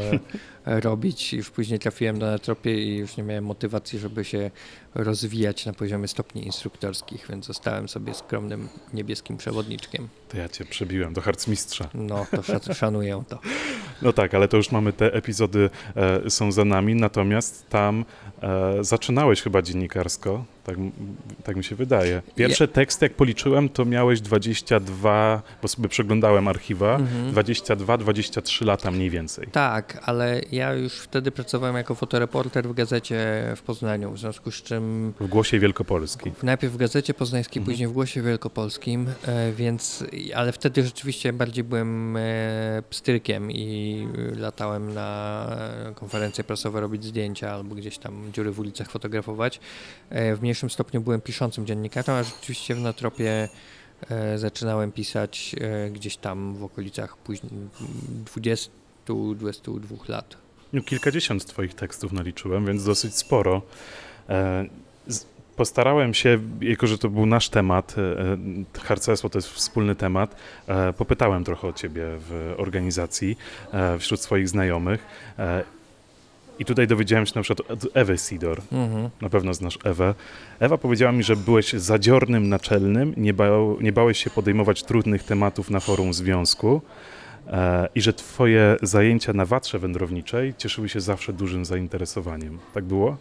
e, robić. Już później trafiłem do Na Tropie i już nie miałem motywacji, żeby się rozwijać na poziomie stopni instruktorskich, więc zostałem sobie skromnym niebieskim przewodniczkiem. To ja cię przebiłem do harcmistrza. No, to szanuję to. No tak, ale to już mamy, te epizody e, są za nami, natomiast tam e, zaczynałeś chyba dziennikarsko, Tak, tak mi się wydaje. Pierwsze ja... teksty, jak policzyłem, to miałeś dwadzieścia dwa, bo sobie przeglądałem archiwa, mhm. dwadzieścia dwa dwadzieścia trzy lata mniej więcej. Tak, ale ja już wtedy pracowałem jako fotoreporter w gazecie w Poznaniu, w związku z czym... W Głosie Wielkopolskim. Najpierw w Gazecie Poznańskiej, mhm. później w Głosie Wielkopolskim, więc, ale wtedy rzeczywiście bardziej byłem pstrykiem i latałem na konferencje prasowe robić zdjęcia albo gdzieś tam dziury w ulicach fotografować. W mniejszym stopniu byłem piszącym dziennikarzem, a rzeczywiście w Natropie e, zaczynałem pisać e, gdzieś tam w okolicach później dwudziestu dwudziestu dwóch lat. No, kilkadziesiąt twoich tekstów naliczyłem, więc dosyć sporo. E, z, postarałem się, jako że to był nasz temat, e, harcerstwo to jest wspólny temat, e, popytałem trochę o ciebie w organizacji, e, wśród swoich znajomych. E, I tutaj dowiedziałem się na przykład od Ewy Sidor. Mhm. Na pewno znasz Ewę. Ewa powiedziała mi, że byłeś zadziornym naczelnym, nie, bał, nie bałeś się podejmować trudnych tematów na forum związku e, i że twoje zajęcia na watrze wędrowniczej cieszyły się zawsze dużym zainteresowaniem. Tak było?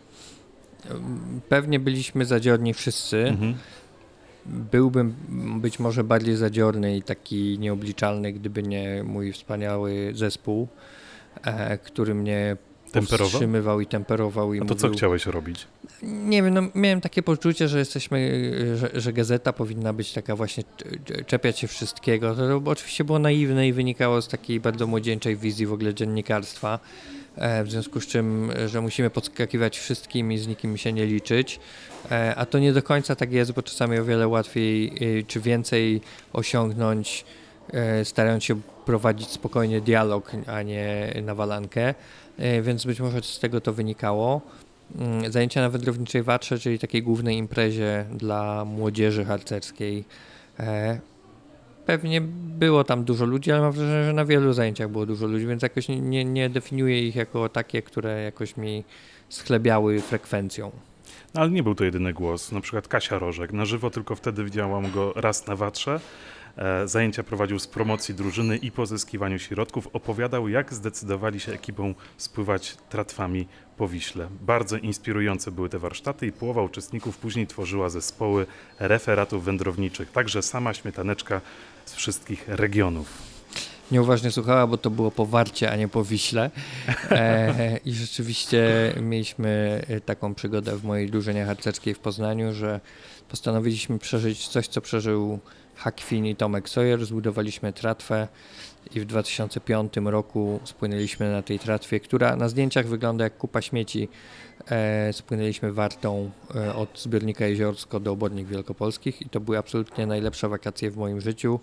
Pewnie byliśmy zadziorni wszyscy. Mhm. Byłbym być może bardziej zadziorny i taki nieobliczalny, gdyby nie mój wspaniały zespół, e, który mnie powstrzymywał i temperował. I A to mówił, co chciałeś robić? Nie wiem, no miałem takie poczucie, że jesteśmy, że, że gazeta powinna być taka właśnie, czepiać się wszystkiego. To, to oczywiście było naiwne i wynikało z takiej bardzo młodzieńczej wizji w ogóle dziennikarstwa, e, w związku z czym, że musimy podskakiwać wszystkim i z nikim się nie liczyć, e, a to nie do końca tak jest, bo czasami o wiele łatwiej e, czy więcej osiągnąć, e, starając się prowadzić spokojnie dialog, a nie nawalankę. Więc być może z tego to wynikało. Zajęcia na wędrowniczej watrze, czyli takiej głównej imprezie dla młodzieży harcerskiej. Pewnie było tam dużo ludzi, ale mam wrażenie, że na wielu zajęciach było dużo ludzi, więc jakoś nie, nie definiuję ich jako takie, które jakoś mi schlebiały frekwencją. No, ale nie był to jedyny głos. Na przykład Kasia Rożek. Na żywo tylko wtedy widziałam go raz na watrze. Zajęcia prowadził z promocji drużyny i pozyskiwaniu środków. Opowiadał, jak zdecydowali się ekipą spływać tratwami po Wiśle. Bardzo inspirujące były te warsztaty i połowa uczestników później tworzyła zespoły referatów wędrowniczych. Także sama śmietaneczka z wszystkich regionów. Nieuważnie słuchała, bo to było po Warcie, a nie po Wiśle. E, I rzeczywiście mieliśmy taką przygodę w mojej drużynie harcerskiej w Poznaniu, że postanowiliśmy przeżyć coś, co przeżył Huck Finn i Tomek Sawyer. Zbudowaliśmy tratwę i w dwa tysiące piątym roku spłynęliśmy na tej tratwie, która na zdjęciach wygląda jak kupa śmieci. E, spłynęliśmy Wartą e, od zbiornika Jeziorsko do Obornik Wielkopolskich i to były absolutnie najlepsze wakacje w moim życiu.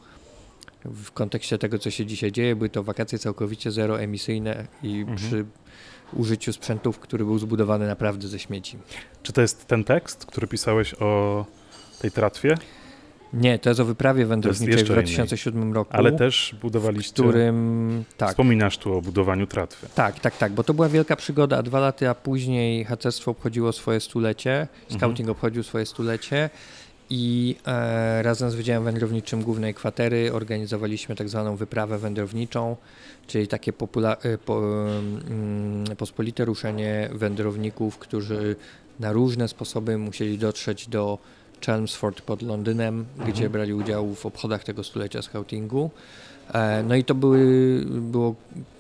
W kontekście tego, co się dzisiaj dzieje, były to wakacje całkowicie zeroemisyjne i mhm. przy użyciu sprzętów, który był zbudowany naprawdę ze śmieci. Czy to jest ten tekst, który pisałeś o tej tratwie? Nie, to jest o wyprawie wędrowniczej w dwa tysiące siódmym innej. roku. Ale też budowaliście... W którym... Tak. Wspominasz tu o budowaniu tratwy. Tak, tak, tak, bo to była wielka przygoda, a dwa lata później harcerstwo obchodziło swoje stulecie, scouting mhm. obchodził swoje stulecie i e, razem z Wydziałem Wędrowniczym Głównej Kwatery organizowaliśmy tak zwaną wyprawę wędrowniczą, czyli takie popula- po, mm, pospolite ruszenie wędrowników, którzy na różne sposoby musieli dotrzeć do Chelmsford pod Londynem, mhm. gdzie brali udział w obchodach tego stulecia scoutingu. E, no i to były, było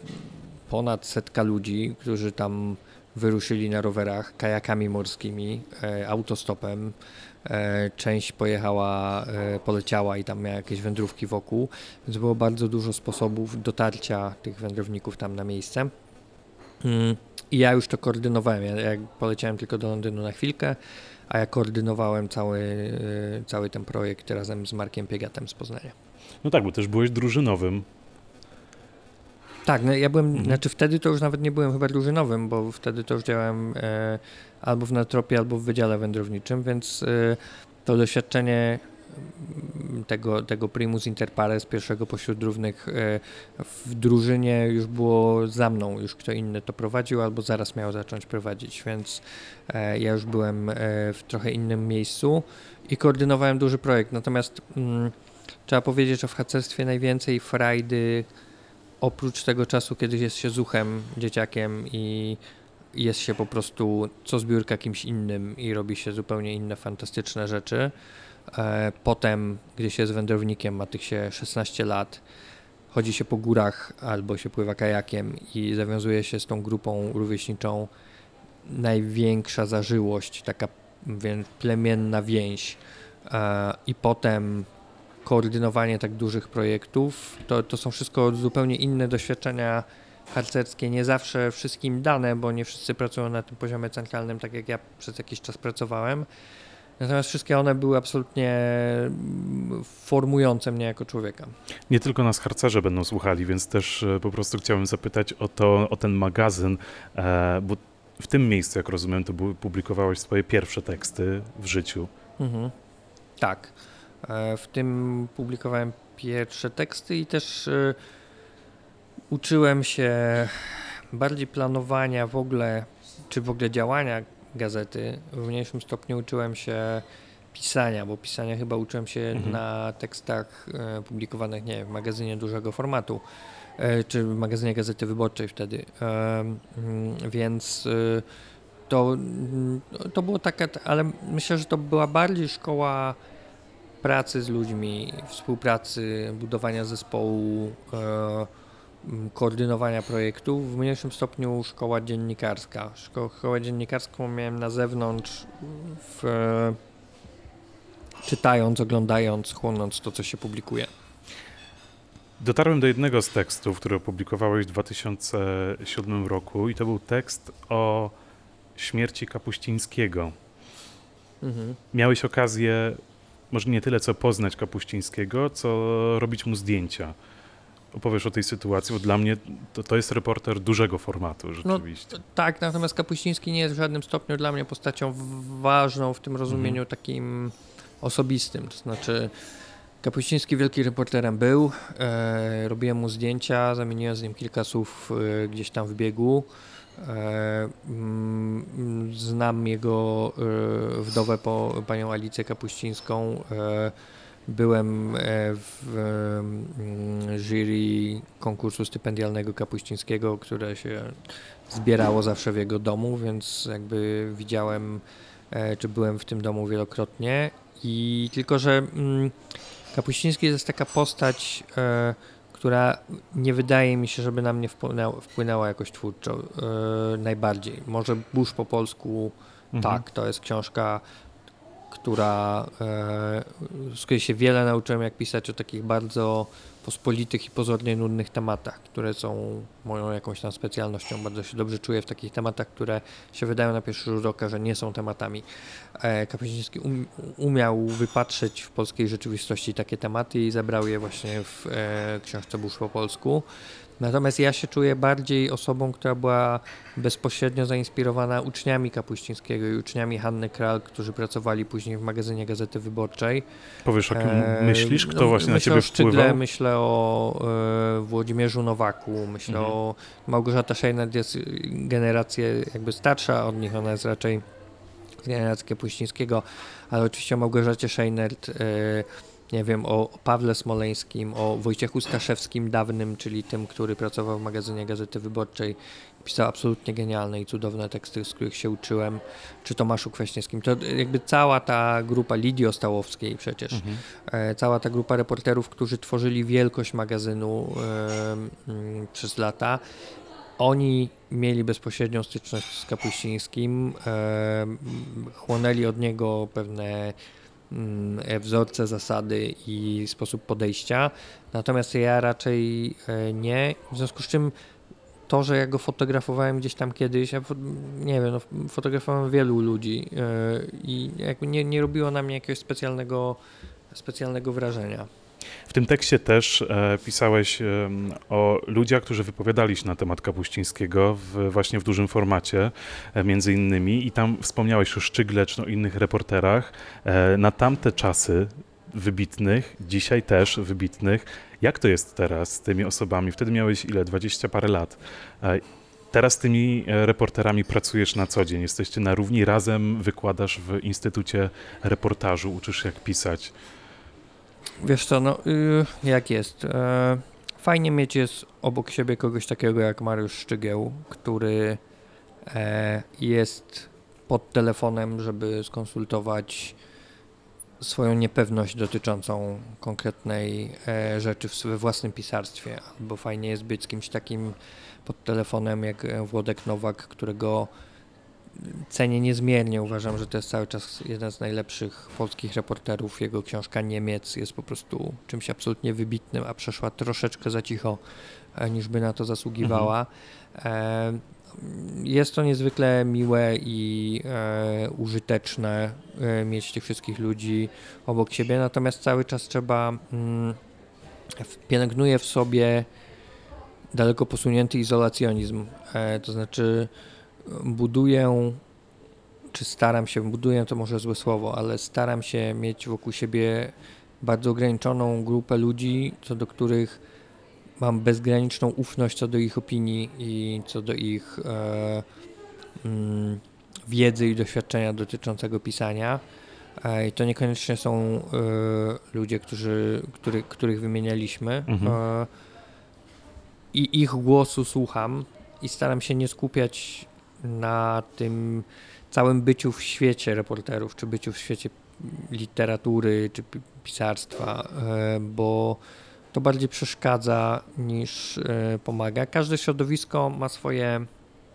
ponad setka ludzi, którzy tam wyruszyli na rowerach, kajakami morskimi, e, autostopem. E, część pojechała, e, poleciała i tam miała jakieś wędrówki wokół, więc było bardzo dużo sposobów dotarcia tych wędrowników tam na miejsce. Mm, I ja już to koordynowałem. Ja, ja poleciałem tylko do Londynu na chwilkę, a ja koordynowałem cały, e, cały ten projekt razem z Markiem Piegatem z Poznania. No tak, bo też byłeś drużynowym. Tak, no ja byłem, mhm. znaczy wtedy to już nawet nie byłem chyba drużynowym, bo wtedy to już działałem e, albo w Natropie, albo w Wydziale Wędrowniczym, więc e, to doświadczenie tego, tego primus inter pares, pierwszego pośród równych e, w drużynie już było za mną, już kto inny to prowadził albo zaraz miał zacząć prowadzić, więc e, ja już byłem e, w trochę innym miejscu i koordynowałem duży projekt, natomiast mm, trzeba powiedzieć, że w harcerstwie najwięcej frajdy oprócz tego czasu, kiedy jest się zuchem, dzieciakiem i jest się po prostu co zbiórka kimś innym i robi się zupełnie inne fantastyczne rzeczy. Potem, gdy się jest wędrownikiem, ma tych się szesnaście lat, chodzi się po górach albo się pływa kajakiem i zawiązuje się z tą grupą rówieśniczą największa zażyłość, taka plemienna więź. I potem koordynowanie tak dużych projektów, to, to są wszystko zupełnie inne doświadczenia harcerskie, nie zawsze wszystkim dane, bo nie wszyscy pracują na tym poziomie centralnym, tak jak ja przez jakiś czas pracowałem. Natomiast wszystkie one były absolutnie formujące mnie jako człowieka. Nie tylko nas harcerze będą słuchali, więc też po prostu chciałem zapytać o to, o ten magazyn, bo w tym miejscu, jak rozumiem, to publikowałeś swoje pierwsze teksty w życiu. Mhm. Tak. W tym publikowałem pierwsze teksty i też uczyłem się bardziej planowania w ogóle, czy w ogóle działania gazety. W mniejszym stopniu uczyłem się pisania, bo pisania chyba uczyłem się mhm. na tekstach e, publikowanych, nie wiem, w magazynie dużego formatu, e, czy w magazynie Gazety Wyborczej wtedy. E, m, więc e, to, to było taka, ale myślę, że to była bardziej szkoła pracy z ludźmi, współpracy, budowania zespołu, e, koordynowania projektów, w mniejszym stopniu szkoła dziennikarska. Szko- szkołę dziennikarską miałem na zewnątrz, w, e, czytając, oglądając, chłonąc to, co się publikuje. Dotarłem do jednego z tekstów, który opublikowałeś w dwa tysiące siódmym roku i to był tekst o śmierci Kapuścińskiego. Mhm. Miałeś okazję, może nie tyle co poznać Kapuścińskiego, co robić mu zdjęcia. Opowiesz o tej sytuacji, bo dla mnie to, to jest reporter dużego formatu rzeczywiście. No, tak, natomiast Kapuściński nie jest w żadnym stopniu dla mnie postacią ważną w tym rozumieniu mhm. takim osobistym. To znaczy Kapuściński wielkim reporterem był, e, robiłem mu zdjęcia, zamieniłem z nim kilka słów e, gdzieś tam w biegu. E, mm, znam jego e, wdowę, po, panią Alicję Kapuścińską. E, Byłem w jury konkursu stypendialnego Kapuścińskiego, które się zbierało zawsze w jego domu, więc jakby widziałem, czy byłem w tym domu wielokrotnie. I tylko, że Kapuściński to jest taka postać, która nie wydaje mi się, żeby na mnie wpłynęła, wpłynęła jakoś twórczo najbardziej. Może Burz po polsku, mhm. tak, to jest książka, która, e, z której się wiele nauczyłem, jak pisać o takich bardzo pospolitych i pozornie nudnych tematach, które są moją jakąś tam specjalnością. Bardzo się dobrze czuję w takich tematach, które się wydają na pierwszy rzut oka, że nie są tematami. E, Kapuściński um, umiał wypatrzeć w polskiej rzeczywistości takie tematy i zebrał je właśnie w e, książce Burz po polsku. Natomiast ja się czuję bardziej osobą, która była bezpośrednio zainspirowana uczniami Kapuścińskiego i uczniami Hanny Kral, którzy pracowali później w magazynie Gazety Wyborczej. Powiesz, o kim myślisz? Kto no, właśnie na ciebie Szczygle, wpływał? Myślę o e, Włodzimierzu Nowaku, myślę mhm. o Małgorzata Szejnert jest generację jakby starsza od nich, ona jest raczej z generacji Kapuścińskiego, ale oczywiście o Małgorzacie Szejnert, e, nie wiem, o Pawle Smoleńskim, o Wojciechu Staszewskim dawnym, czyli tym, który pracował w magazynie Gazety Wyborczej. Pisał absolutnie genialne i cudowne teksty, z których się uczyłem, czy Tomaszu Kwaśniewskim. To jakby cała ta grupa Lidii Ostałowskiej przecież, mhm. e, cała ta grupa reporterów, którzy tworzyli wielkość magazynu e, m, przez lata, oni mieli bezpośrednią styczność z Kapuścińskim, e, chłonęli od niego pewne wzorce, zasady i sposób podejścia, natomiast ja raczej nie, w związku z czym to, że ja go fotografowałem gdzieś tam kiedyś, ja nie wiem, no, fotografowałem wielu ludzi i jakby nie, nie robiło na mnie jakiegoś specjalnego, specjalnego wrażenia. W tym tekście też e, pisałeś e, o ludziach, którzy wypowiadali się na temat Kapuścińskiego w, właśnie w dużym formacie, e, między innymi, i tam wspomniałeś o Szczygle czy o innych reporterach. E, na tamte czasy wybitnych, dzisiaj też wybitnych. Jak to jest teraz z tymi osobami? Wtedy miałeś ile? Dwadzieścia parę lat. E, Teraz z tymi reporterami pracujesz na co dzień. Jesteście na równi, razem wykładasz w Instytucie Reportażu, uczysz jak pisać. Wiesz co, no yy, jak jest. Yy, fajnie mieć jest obok siebie kogoś takiego jak Mariusz Szczygieł, który e, jest pod telefonem, żeby skonsultować swoją niepewność dotyczącą konkretnej e, rzeczy w, we własnym pisarstwie, albo fajnie jest być z kimś takim pod telefonem jak Włodek Nowak, którego cenię niezmiernie. Uważam, że to jest cały czas jeden z najlepszych polskich reporterów. Jego książka Niemiec jest po prostu czymś absolutnie wybitnym, a przeszła troszeczkę za cicho, e, niż by na to zasługiwała. Mhm. E, Jest to niezwykle miłe i e, użyteczne e, mieć tych wszystkich ludzi obok siebie, natomiast cały czas trzeba, mm, pielęgnuję w sobie daleko posunięty izolacjonizm, e, to znaczy buduję, czy staram się, buduję to może złe słowo, ale staram się mieć wokół siebie bardzo ograniczoną grupę ludzi, co do których mam bezgraniczną ufność co do ich opinii i co do ich e, mm, wiedzy i doświadczenia dotyczącego pisania. E, I to niekoniecznie są e, ludzie, którzy, który, których wymienialiśmy. Mhm. E, I ich głosu słucham i staram się nie skupiać na tym całym byciu w świecie reporterów, czy byciu w świecie literatury, czy pisarstwa, e, bo to bardziej przeszkadza niż y, pomaga. Każde środowisko ma swoje,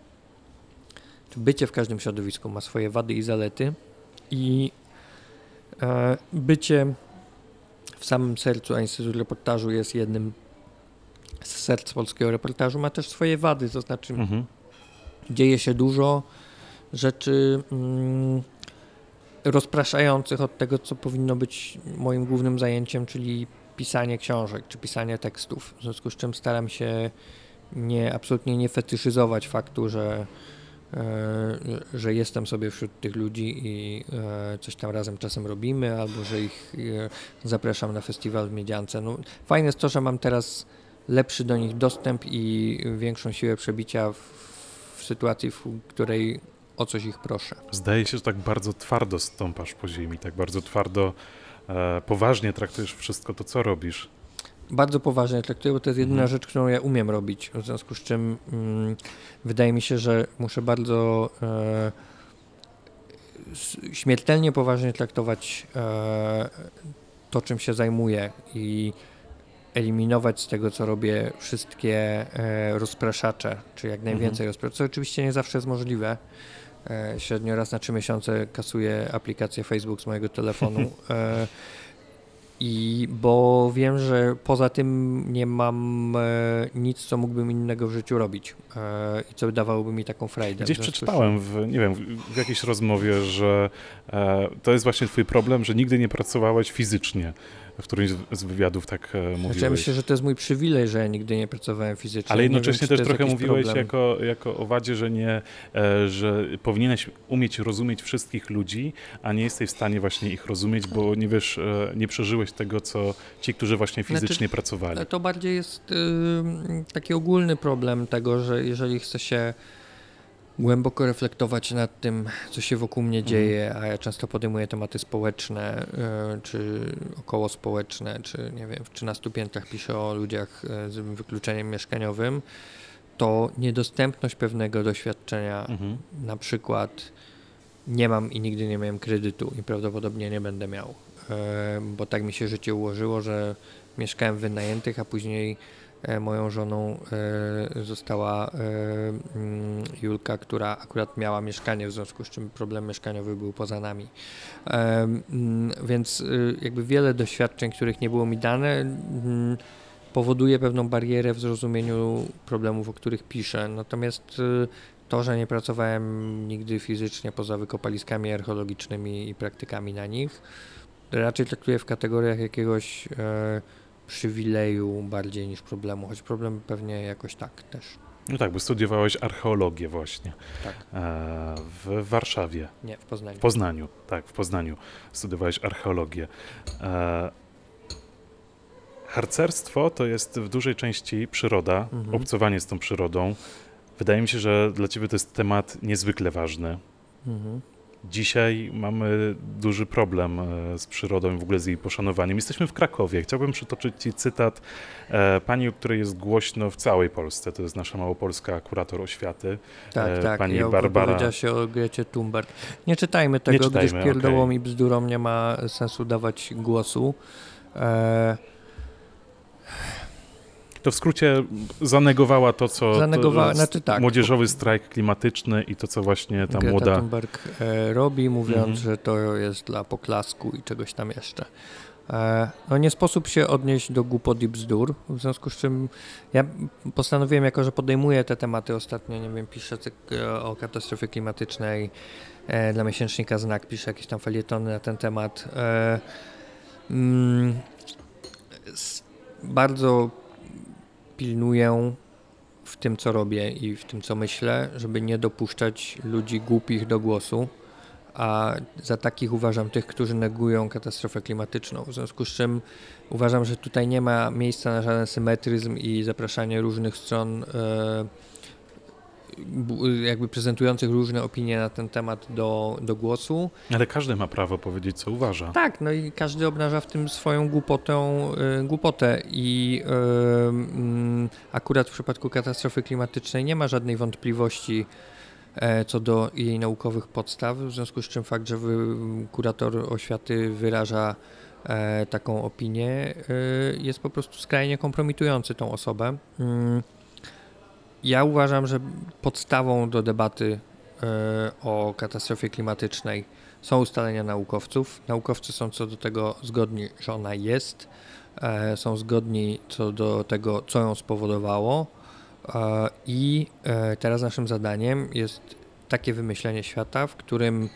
czy bycie w każdym środowisku ma swoje wady i zalety i y, bycie w samym sercu, a Instytut Reportażu jest jednym z serc polskiego reportażu, ma też swoje wady, to znaczy mhm. dzieje się dużo rzeczy mm, rozpraszających od tego, co powinno być moim głównym zajęciem, czyli pisanie książek, czy pisanie tekstów, w związku z czym staram się nie, absolutnie nie fetyszyzować faktu, że, e, że jestem sobie wśród tych ludzi i e, coś tam razem czasem robimy, albo że ich e, zapraszam na festiwal w Miedziance. No, fajne jest to, że mam teraz lepszy do nich dostęp i większą siłę przebicia w, w sytuacji, w której o coś ich proszę. Zdaje się, że tak bardzo twardo stąpasz po ziemi, tak bardzo twardo poważnie traktujesz wszystko to, co robisz. Bardzo poważnie traktuję, bo to jest jedyna mhm. rzecz, którą ja umiem robić, w związku z czym mm, wydaje mi się, że muszę bardzo e, śmiertelnie poważnie traktować e, to, czym się zajmuję i eliminować z tego, co robię, wszystkie e, rozpraszacze, czy jak najwięcej mhm. rozpraszaczy, co oczywiście nie zawsze jest możliwe. E, średnio raz na trzy miesiące kasuję aplikację Facebook z mojego telefonu e, i bo wiem, że poza tym nie mam e, nic, co mógłbym innego w życiu robić e, i co dawałoby mi taką frajdę. Gdzieś przeczytałem w, nie wiem, w jakiejś rozmowie, że e, to jest właśnie twój problem, że nigdy nie pracowałeś fizycznie. W którymś z wywiadów tak e, mówiłeś. Znaczy, ja myślę, że to jest mój przywilej, że ja nigdy nie pracowałem fizycznie. Ale jednocześnie wiem, też trochę mówiłeś jako, jako o wadzie, że, nie, e, że powinieneś umieć rozumieć wszystkich ludzi, a nie jesteś w stanie właśnie ich rozumieć, bo nie wiesz, e, nie przeżyłeś tego, co ci, którzy właśnie fizycznie znaczy, pracowali. To bardziej jest y, taki ogólny problem tego, że jeżeli chce się głęboko reflektować nad tym, co się wokół mnie dzieje, a ja często podejmuję tematy społeczne, y, czy okołospołeczne, czy nie wiem, w trzynastu piętrach piszę o ludziach z wykluczeniem mieszkaniowym, to niedostępność pewnego doświadczenia, mhm. na przykład nie mam i nigdy nie miałem kredytu i prawdopodobnie nie będę miał, y, bo tak mi się życie ułożyło, że mieszkałem w wynajętych, a później moją żoną e, została e, Julka, która akurat miała mieszkanie, w związku z czym problem mieszkaniowy był poza nami. E, więc jakby wiele doświadczeń, których nie było mi dane, powoduje pewną barierę w zrozumieniu problemów, o których piszę. Natomiast to, że nie pracowałem nigdy fizycznie poza wykopaliskami archeologicznymi i praktykami na nich, raczej traktuję w kategoriach jakiegoś e, przywileju bardziej niż problemu, choć problem pewnie jakoś tak też. No tak, bo studiowałeś archeologię właśnie. Tak. E, w Warszawie. Nie, w Poznaniu. W Poznaniu, tak, w Poznaniu studiowałeś archeologię. E, harcerstwo to jest w dużej części przyroda, mhm. obcowanie z tą przyrodą. Wydaje mi się, że dla ciebie to jest temat niezwykle ważny. Mhm. Dzisiaj mamy duży problem z przyrodą i w ogóle z jej poszanowaniem. Jesteśmy w Krakowie. Chciałbym przytoczyć Ci cytat pani, o której jest głośno w całej Polsce. To jest nasza małopolska kurator oświaty. Tak, tak. Pani ja Barbara. Powiedziała się o Grecie Thunberg. Nie czytajmy tego, Nie czytajmy, gdyż pierdołom okay. i bzdurom nie ma sensu dawać głosu. E... To w skrócie zanegowała to, co Zanegowała, to, znaczy tak, młodzieżowy strajk klimatyczny i to, co właśnie ta Greta młoda... Thunberg e, robi, mówiąc, mhm. że to jest dla poklasku i czegoś tam jeszcze. E, no nie sposób się odnieść do głupot i bzdur, w związku z czym ja postanowiłem, jako że podejmuję te tematy ostatnio, nie wiem, piszę o katastrofie klimatycznej e, dla miesięcznika Znak, piszę jakieś tam felietony na ten temat. E, mm, s, bardzo pilnuję w tym, co robię i w tym, co myślę, żeby nie dopuszczać ludzi głupich do głosu, a za takich uważam tych, którzy negują katastrofę klimatyczną. W związku z czym uważam, że tutaj nie ma miejsca na żaden symetryzm i zapraszanie różnych stron e, jakby prezentujących różne opinie na ten temat do, do głosu. Ale każdy ma prawo powiedzieć, co uważa. Tak, no i każdy obnaża w tym swoją głupotę, y, głupotę i y, y, akurat w przypadku katastrofy klimatycznej nie ma żadnej wątpliwości e, co do jej naukowych podstaw, w związku z czym fakt, że wy, kurator oświaty wyraża e, taką opinię y, jest po prostu skrajnie kompromitujący tą osobę. Y, Ja uważam, że podstawą do debaty y, o katastrofie klimatycznej są ustalenia naukowców. Naukowcy są co do tego zgodni, że ona jest, e, są zgodni co do tego, co ją spowodowało e, i e, teraz naszym zadaniem jest takie wymyślenie świata, w którym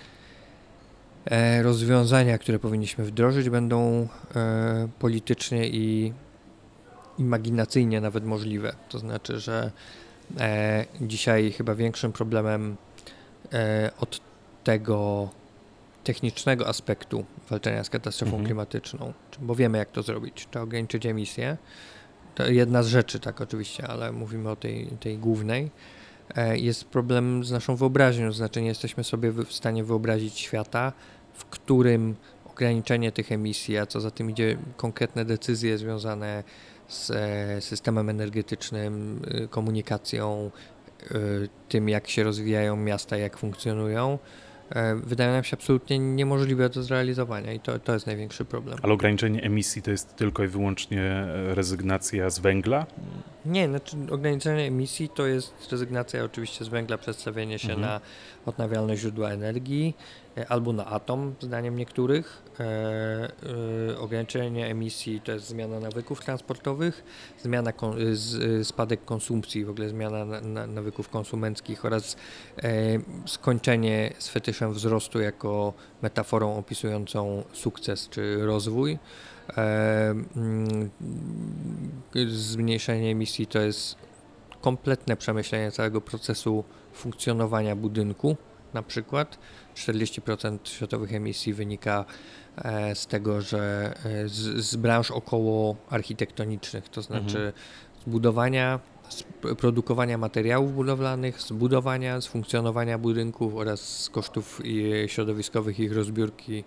e, rozwiązania, które powinniśmy wdrożyć, będą e, politycznie i imaginacyjnie nawet możliwe. To znaczy, że E, dzisiaj chyba większym problemem e, od tego technicznego aspektu walczenia z katastrofą mhm. klimatyczną, bo wiemy, jak to zrobić, trzeba ograniczyć emisję. To jedna z rzeczy, tak oczywiście, ale mówimy o tej, tej głównej. E, jest problem z naszą wyobraźnią, to znaczy nie jesteśmy sobie w stanie wyobrazić świata, w którym ograniczenie tych emisji, a co za tym idzie konkretne decyzje związane z systemem energetycznym, komunikacją, tym, jak się rozwijają miasta, jak funkcjonują, wydają nam się absolutnie niemożliwe do zrealizowania i to, to jest największy problem. Ale ograniczenie emisji to jest tylko i wyłącznie rezygnacja z węgla? Nie, znaczy ograniczenie emisji to jest rezygnacja oczywiście z węgla, przestawienie się mhm. na odnawialne źródła energii albo na atom, zdaniem niektórych. E, e, ograniczenie emisji to jest zmiana nawyków transportowych, zmiana kon, z, spadek konsumpcji, w ogóle zmiana na, na, nawyków konsumenckich oraz e, skończenie z fetyszem wzrostu jako metaforą opisującą sukces czy rozwój. E, mm, zmniejszenie emisji to jest kompletne przemyślenie całego procesu funkcjonowania budynku. Na przykład czterdzieści procent światowych emisji wynika e, z tego, że e, z, z branż około architektonicznych, to znaczy mhm. z budowania, z produkowania materiałów budowlanych, z budowania, z funkcjonowania budynków oraz z kosztów środowiskowych ich rozbiórki.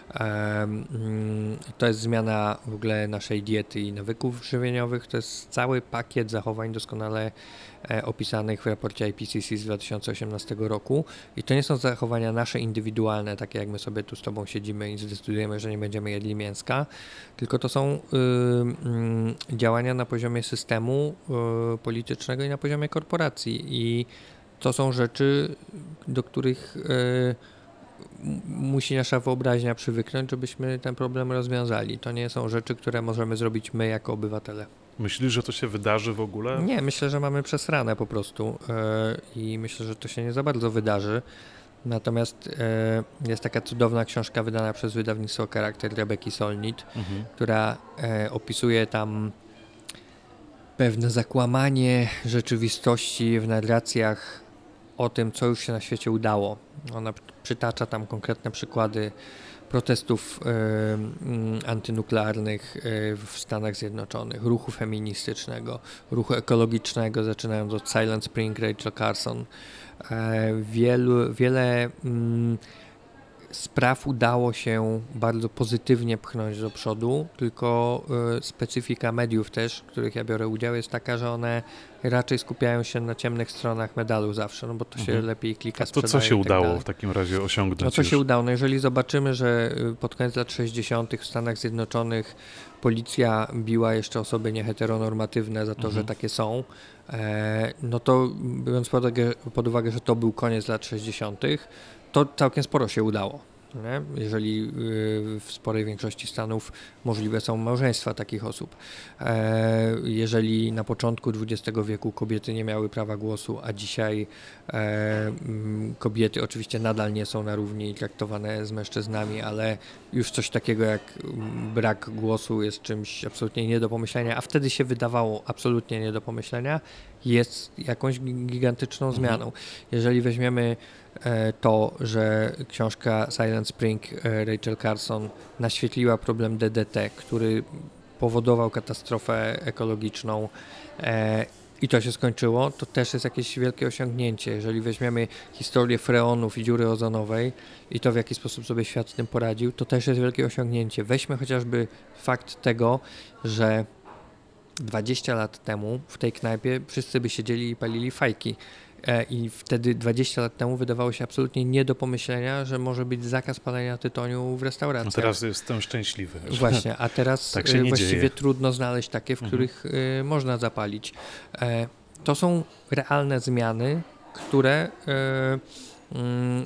To jest zmiana w ogóle naszej diety i nawyków żywieniowych. To jest cały pakiet zachowań doskonale opisanych w raporcie I P C C z dwa tysiące osiemnastego roku i to nie są zachowania nasze indywidualne, takie jak my sobie tu z Tobą siedzimy i zdecydujemy, że nie będziemy jedli mięska, tylko to są y, y, działania na poziomie systemu y, politycznego i na poziomie korporacji i to są rzeczy, do których y, musi nasza wyobraźnia przywyknąć, żebyśmy ten problem rozwiązali. To nie są rzeczy, które możemy zrobić my jako obywatele. Myślisz, że to się wydarzy w ogóle? Nie, myślę, że mamy przesrane po prostu yy, i myślę, że to się nie za bardzo wydarzy. Natomiast yy, jest taka cudowna książka wydana przez wydawnictwo Charakter Rebeki Solnit, mhm. która yy, opisuje tam pewne zakłamanie rzeczywistości w narracjach o tym, co już się na świecie udało. Ona przytacza tam konkretne przykłady protestów y, antynuklearnych y, w Stanach Zjednoczonych, ruchu feministycznego, ruchu ekologicznego, zaczynając od Silent Spring, Rachel Carson. E, wielu, wiele mm, spraw udało się bardzo pozytywnie pchnąć do przodu, tylko y, specyfika mediów też, w których ja biorę udział, jest taka, że one raczej skupiają się na ciemnych stronach medalu zawsze, no bo to się Mhm. lepiej klika, A to co sprzedaje się i tak udało dalej. w takim razie osiągnąć? No co już? się udało? No jeżeli zobaczymy, że y, pod koniec lat sześćdziesiątych w Stanach Zjednoczonych policja biła jeszcze osoby nieheteronormatywne za to, Mhm. że takie są, e, no to biorąc pod uwagę, pod uwagę, że to był koniec lat sześćdziesiątych, to całkiem sporo się udało. Nie? Jeżeli y, w sporej większości stanów możliwe są małżeństwa takich osób. E, jeżeli na początku dwudziestego wieku kobiety nie miały prawa głosu, a dzisiaj e, m, kobiety oczywiście nadal nie są na równi traktowane z mężczyznami, ale już coś takiego jak m, brak głosu jest czymś absolutnie nie do pomyślenia, a wtedy się wydawało absolutnie nie do pomyślenia, jest jakąś gi- gigantyczną Mhm. zmianą. Jeżeli weźmiemy e, to, że książka Silent Spring e, Rachel Carson naświetliła problem D D T, który powodował katastrofę ekologiczną e, i to się skończyło, to też jest jakieś wielkie osiągnięcie. Jeżeli weźmiemy historię freonów i dziury ozonowej i to, w jaki sposób sobie świat z tym poradził, to też jest wielkie osiągnięcie. Weźmy chociażby fakt tego, że dwadzieścia lat temu w tej knajpie wszyscy by siedzieli i palili fajki. E, I wtedy dwadzieścia lat temu wydawało się absolutnie nie do pomyślenia, że może być zakaz palenia tytoniu w No restauracjach. teraz jestem szczęśliwy. że- Właśnie, a teraz Tak się e, nie właściwie dzieje. trudno znaleźć takie, w Mhm. których e, można zapalić. E, to są realne zmiany, które e, mm,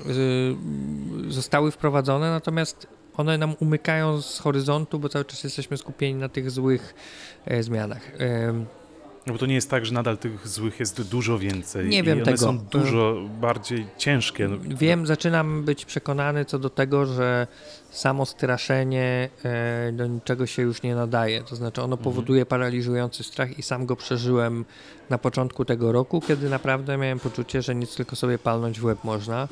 y, zostały wprowadzone, natomiast one nam umykają z horyzontu, bo cały czas jesteśmy skupieni na tych złych e, zmianach. E, No bo to nie jest tak, że nadal tych złych jest dużo więcej. Nie i wiem one tego. są dużo bardziej ciężkie. No, Wiem, zaczynam być przekonany co do tego, że samo straszenie e, do niczego się już nie nadaje. To znaczy ono powoduje paraliżujący strach i sam go przeżyłem na początku tego roku, kiedy naprawdę miałem poczucie, że nic tylko sobie palnąć w łeb można.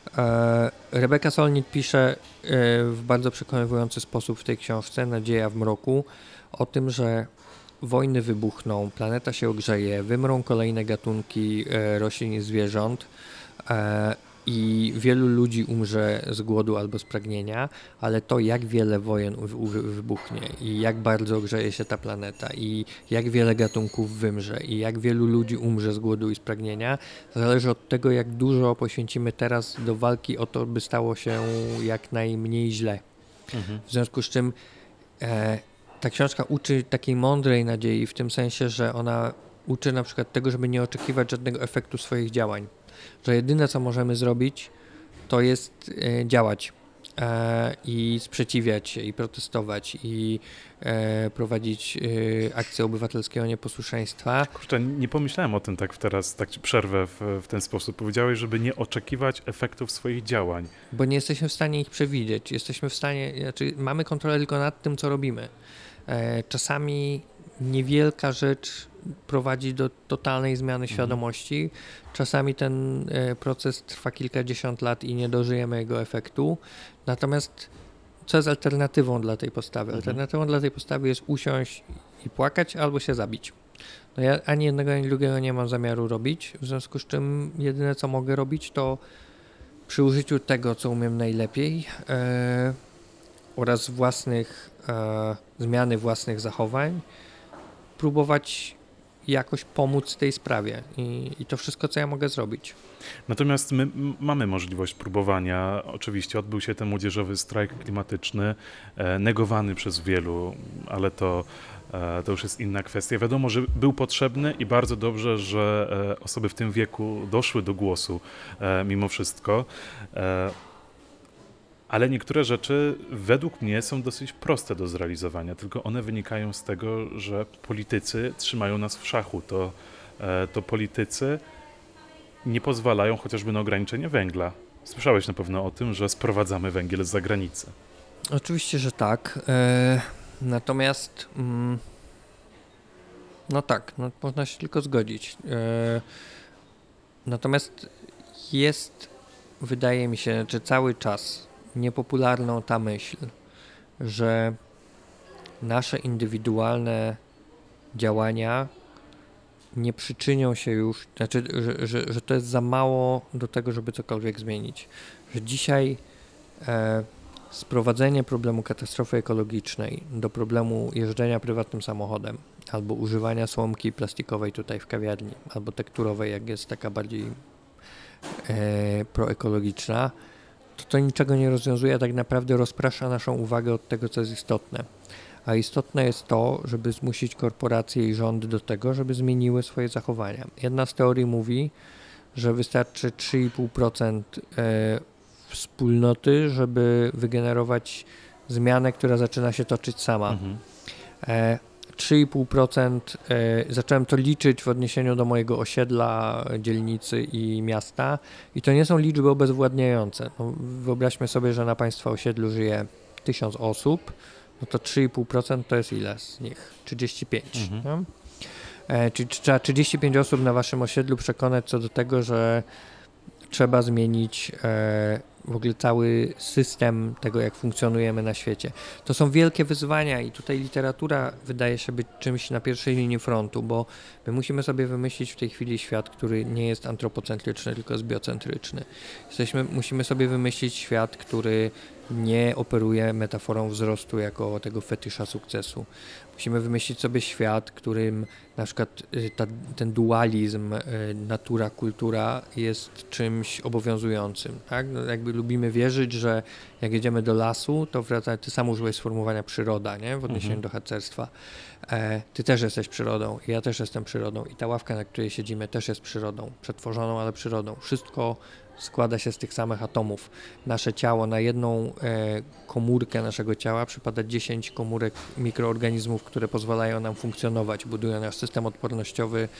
E, Rebeka Solnit pisze e, w bardzo przekonywujący sposób w tej książce Nadzieja w mroku o tym, że wojny wybuchną, planeta się ogrzeje, wymrą kolejne gatunki e, roślin i zwierząt e, i wielu ludzi umrze z głodu albo z pragnienia, ale to jak wiele wojen u, u, wybuchnie i jak bardzo ogrzeje się ta planeta i jak wiele gatunków wymrze i jak wielu ludzi umrze z głodu i z pragnienia, zależy od tego, jak dużo poświęcimy teraz do walki o to, by stało się jak najmniej źle. Mhm. W związku z czym e, ta książka uczy takiej mądrej nadziei w tym sensie, że ona uczy na przykład tego, żeby nie oczekiwać żadnego efektu swoich działań. Że jedyne, co możemy zrobić, to jest e, działać e, i sprzeciwiać się, i protestować, i e, prowadzić e, akcje obywatelskiego nieposłuszeństwa. Kurczę, nie pomyślałem o tym tak teraz, tak ci przerwę w, w ten sposób. Powiedziałeś, żeby nie oczekiwać efektów swoich działań. Bo nie jesteśmy w stanie ich przewidzieć. Jesteśmy w stanie, znaczy mamy kontrolę tylko nad tym, co robimy. E, czasami niewielka rzecz prowadzi do totalnej zmiany Mhm. świadomości. Czasami ten e, proces trwa kilkadziesiąt lat i nie dożyjemy jego efektu. Natomiast co jest alternatywą dla tej postawy? Mhm. Alternatywą dla tej postawy jest usiąść i płakać albo się zabić. No ja ani jednego, ani drugiego nie mam zamiaru robić, w związku z czym jedyne, co mogę robić, to przy użyciu tego, co umiem najlepiej e, oraz własnych e, zmiany własnych zachowań, próbować jakoś pomóc tej sprawie i, i to wszystko, co ja mogę zrobić. Natomiast my m- mamy możliwość próbowania. Oczywiście odbył się ten młodzieżowy strajk klimatyczny, e, negowany przez wielu, ale to, e, to już jest inna kwestia. Wiadomo, że był potrzebny i bardzo dobrze, że e, osoby w tym wieku doszły do głosu e, mimo wszystko. E, ale niektóre rzeczy według mnie są dosyć proste do zrealizowania, tylko one wynikają z tego, że politycy trzymają nas w szachu. To, e, to politycy nie pozwalają chociażby na ograniczenie węgla. Słyszałeś na pewno o tym, że sprowadzamy węgiel z zagranicy. Oczywiście, że tak. E, natomiast mm, no tak, no, można się tylko zgodzić. E, natomiast jest, wydaje mi się, że cały czas niepopularną ta myśl, że nasze indywidualne działania nie przyczynią się już, znaczy, że, że, że to jest za mało do tego, żeby cokolwiek zmienić. Że dzisiaj e, sprowadzenie problemu katastrofy ekologicznej do problemu jeżdżenia prywatnym samochodem albo używania słomki plastikowej tutaj w kawiarni, albo tekturowej, jak jest taka bardziej e, proekologiczna, to to niczego nie rozwiązuje, a tak naprawdę rozprasza naszą uwagę od tego, co jest istotne. A istotne jest to, żeby zmusić korporacje i rządy do tego, żeby zmieniły swoje zachowania. Jedna z teorii mówi, że wystarczy trzy i pół procent e, wspólnoty, żeby wygenerować zmianę, która zaczyna się toczyć sama. Mhm. E, trzy i pół procent e, zacząłem to liczyć w odniesieniu do mojego osiedla, dzielnicy i miasta i to nie są liczby obezwładniające. No, wyobraźmy sobie, że na Państwa osiedlu żyje tysiąc osób, no to trzy i pół procent to jest ile z nich? trzydzieści pięć. Mhm. No? E, czyli trzeba trzydzieści pięć osób na Waszym osiedlu przekonać co do tego, że trzeba zmienić e, w ogóle cały system tego, jak funkcjonujemy na świecie. To są wielkie wyzwania i tutaj literatura wydaje się być czymś na pierwszej linii frontu, bo my musimy sobie wymyślić w tej chwili świat, który nie jest antropocentryczny, tylko jest biocentryczny. Jesteśmy, musimy sobie wymyślić świat, który nie operuje metaforą wzrostu jako tego fetysza sukcesu. Musimy wymyślić sobie świat, którym na przykład ta, ten dualizm natura, kultura jest czymś obowiązującym. Tak? No jakby lubimy wierzyć, że jak jedziemy do lasu, to wraca, ty sam użyłeś sformułowania przyroda, nie? W odniesieniu mhm. do harcerstwa. E, ty też jesteś przyrodą, ja też jestem przyrodą i ta ławka, na której siedzimy, też jest przyrodą. Przetworzoną, ale przyrodą. Wszystko składa się z tych samych atomów. Nasze ciało, na jedną e, komórkę naszego ciała przypada dziesięć komórek mikroorganizmów, które pozwalają nam funkcjonować, budują nasz system odpornościowy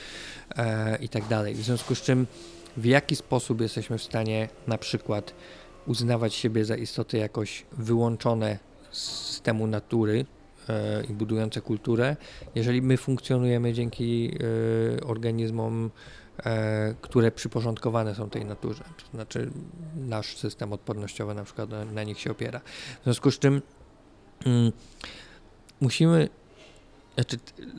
e, i tak dalej. W związku z czym w jaki sposób jesteśmy w stanie na przykład uznawać siebie za istoty jakoś wyłączone z systemu natury e, i budujące kulturę, jeżeli my funkcjonujemy dzięki e, organizmom, e, które przyporządkowane są tej naturze, to znaczy nasz system odpornościowy na przykład na, na nich się opiera. W związku z czym mm, musimy Znaczy,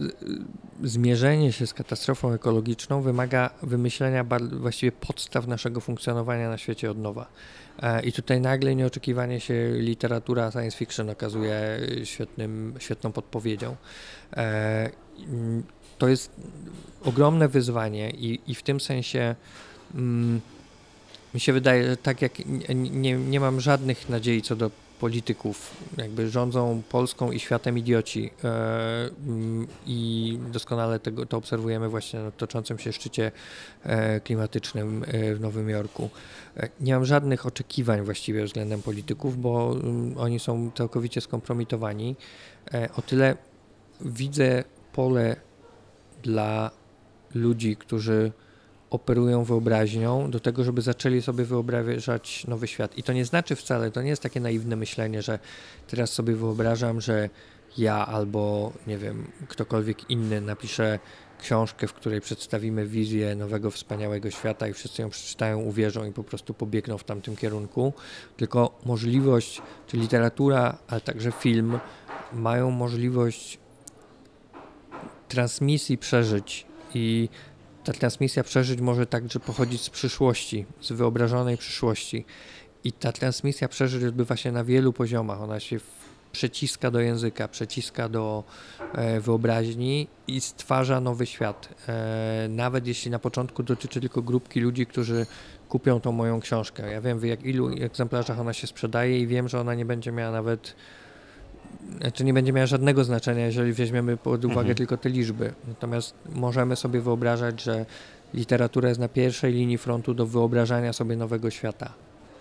zmierzenie się z katastrofą ekologiczną wymaga wymyślenia bar- właściwie podstaw naszego funkcjonowania na świecie od nowa. E, I tutaj nagle nieoczekiwanie się literatura science fiction okazuje świetnym, świetną podpowiedzią. E, to jest ogromne wyzwanie i, i w tym sensie mm, mi się wydaje, że tak jak nie, nie, nie mam żadnych nadziei co do polityków, jakby rządzą Polską i światem idioci e, m, i doskonale tego, to obserwujemy właśnie na toczącym się szczycie e, klimatycznym e, w Nowym Jorku. E, nie mam żadnych oczekiwań właściwie względem polityków, bo m, oni są całkowicie skompromitowani. E, o tyle widzę pole dla ludzi, którzy operują wyobraźnią do tego, żeby zaczęli sobie wyobrażać nowy świat. I to nie znaczy wcale, to nie jest takie naiwne myślenie, że teraz sobie wyobrażam, że ja albo, nie wiem, ktokolwiek inny napisze książkę, w której przedstawimy wizję nowego, wspaniałego świata i wszyscy ją przeczytają, uwierzą i po prostu pobiegną w tamtym kierunku. Tylko możliwość, czy literatura, ale także film mają możliwość transmisji przeżyć i ta transmisja przeżyć może także pochodzić z przyszłości, z wyobrażonej przyszłości. I ta transmisja przeżyć odbywa się na wielu poziomach. Ona się przeciska do języka, przeciska do e, wyobraźni i stwarza nowy świat. E, nawet jeśli na początku dotyczy tylko grupki ludzi, którzy kupią tą moją książkę. Ja wiem, w jak ilu egzemplarzach ona się sprzedaje i wiem, że ona nie będzie miała nawet Znaczy nie będzie miała żadnego znaczenia, jeżeli weźmiemy pod uwagę mhm. tylko te liczby. Natomiast możemy sobie wyobrażać, że literatura jest na pierwszej linii frontu do wyobrażania sobie nowego świata.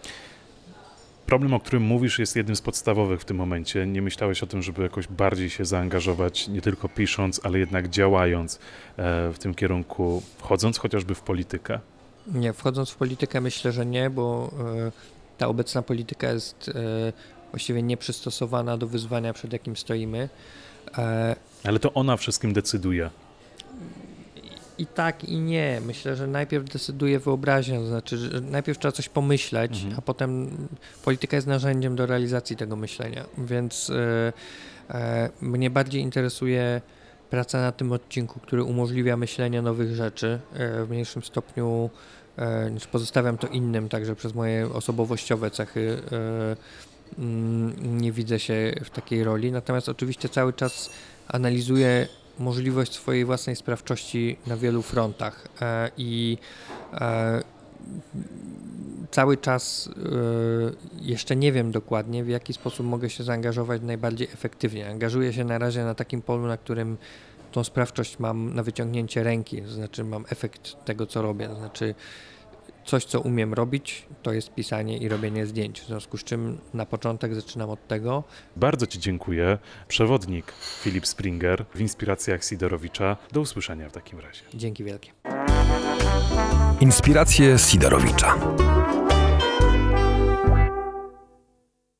Problem, o którym mówisz, jest jednym z podstawowych w tym momencie. Nie myślałeś o tym, żeby jakoś bardziej się zaangażować, nie tylko pisząc, ale jednak działając w tym kierunku, wchodząc chociażby w politykę? Nie, wchodząc w politykę myślę, że nie, bo ta obecna polityka jest właściwie nieprzystosowana do wyzwania, przed jakim stoimy. E... Ale to ona wszystkim decyduje. I tak, i nie. Myślę, że najpierw decyduje wyobraźnia, to znaczy, że najpierw trzeba coś pomyśleć, mhm. a potem polityka jest narzędziem do realizacji tego myślenia. Więc e, e, mnie bardziej interesuje praca na tym odcinku, który umożliwia myślenie nowych rzeczy. W mniejszym stopniu pozostawiam to innym, także przez moje osobowościowe cechy nie widzę się w takiej roli. Natomiast oczywiście cały czas analizuję możliwość swojej własnej sprawczości na wielu frontach i cały czas jeszcze nie wiem dokładnie, w jaki sposób mogę się zaangażować najbardziej efektywnie. Angażuję się na razie na takim polu, na którym tą sprawczość mam na wyciągnięcie ręki, to znaczy mam efekt tego, co robię, to znaczy coś, co umiem robić, to jest pisanie i robienie zdjęć, w związku z czym na początek zaczynam od tego. Bardzo Ci dziękuję. Przewodnik Filip Springer w inspiracjach Sidorowicza. Do usłyszenia w takim razie. Dzięki wielkie. Inspiracje Sidorowicza.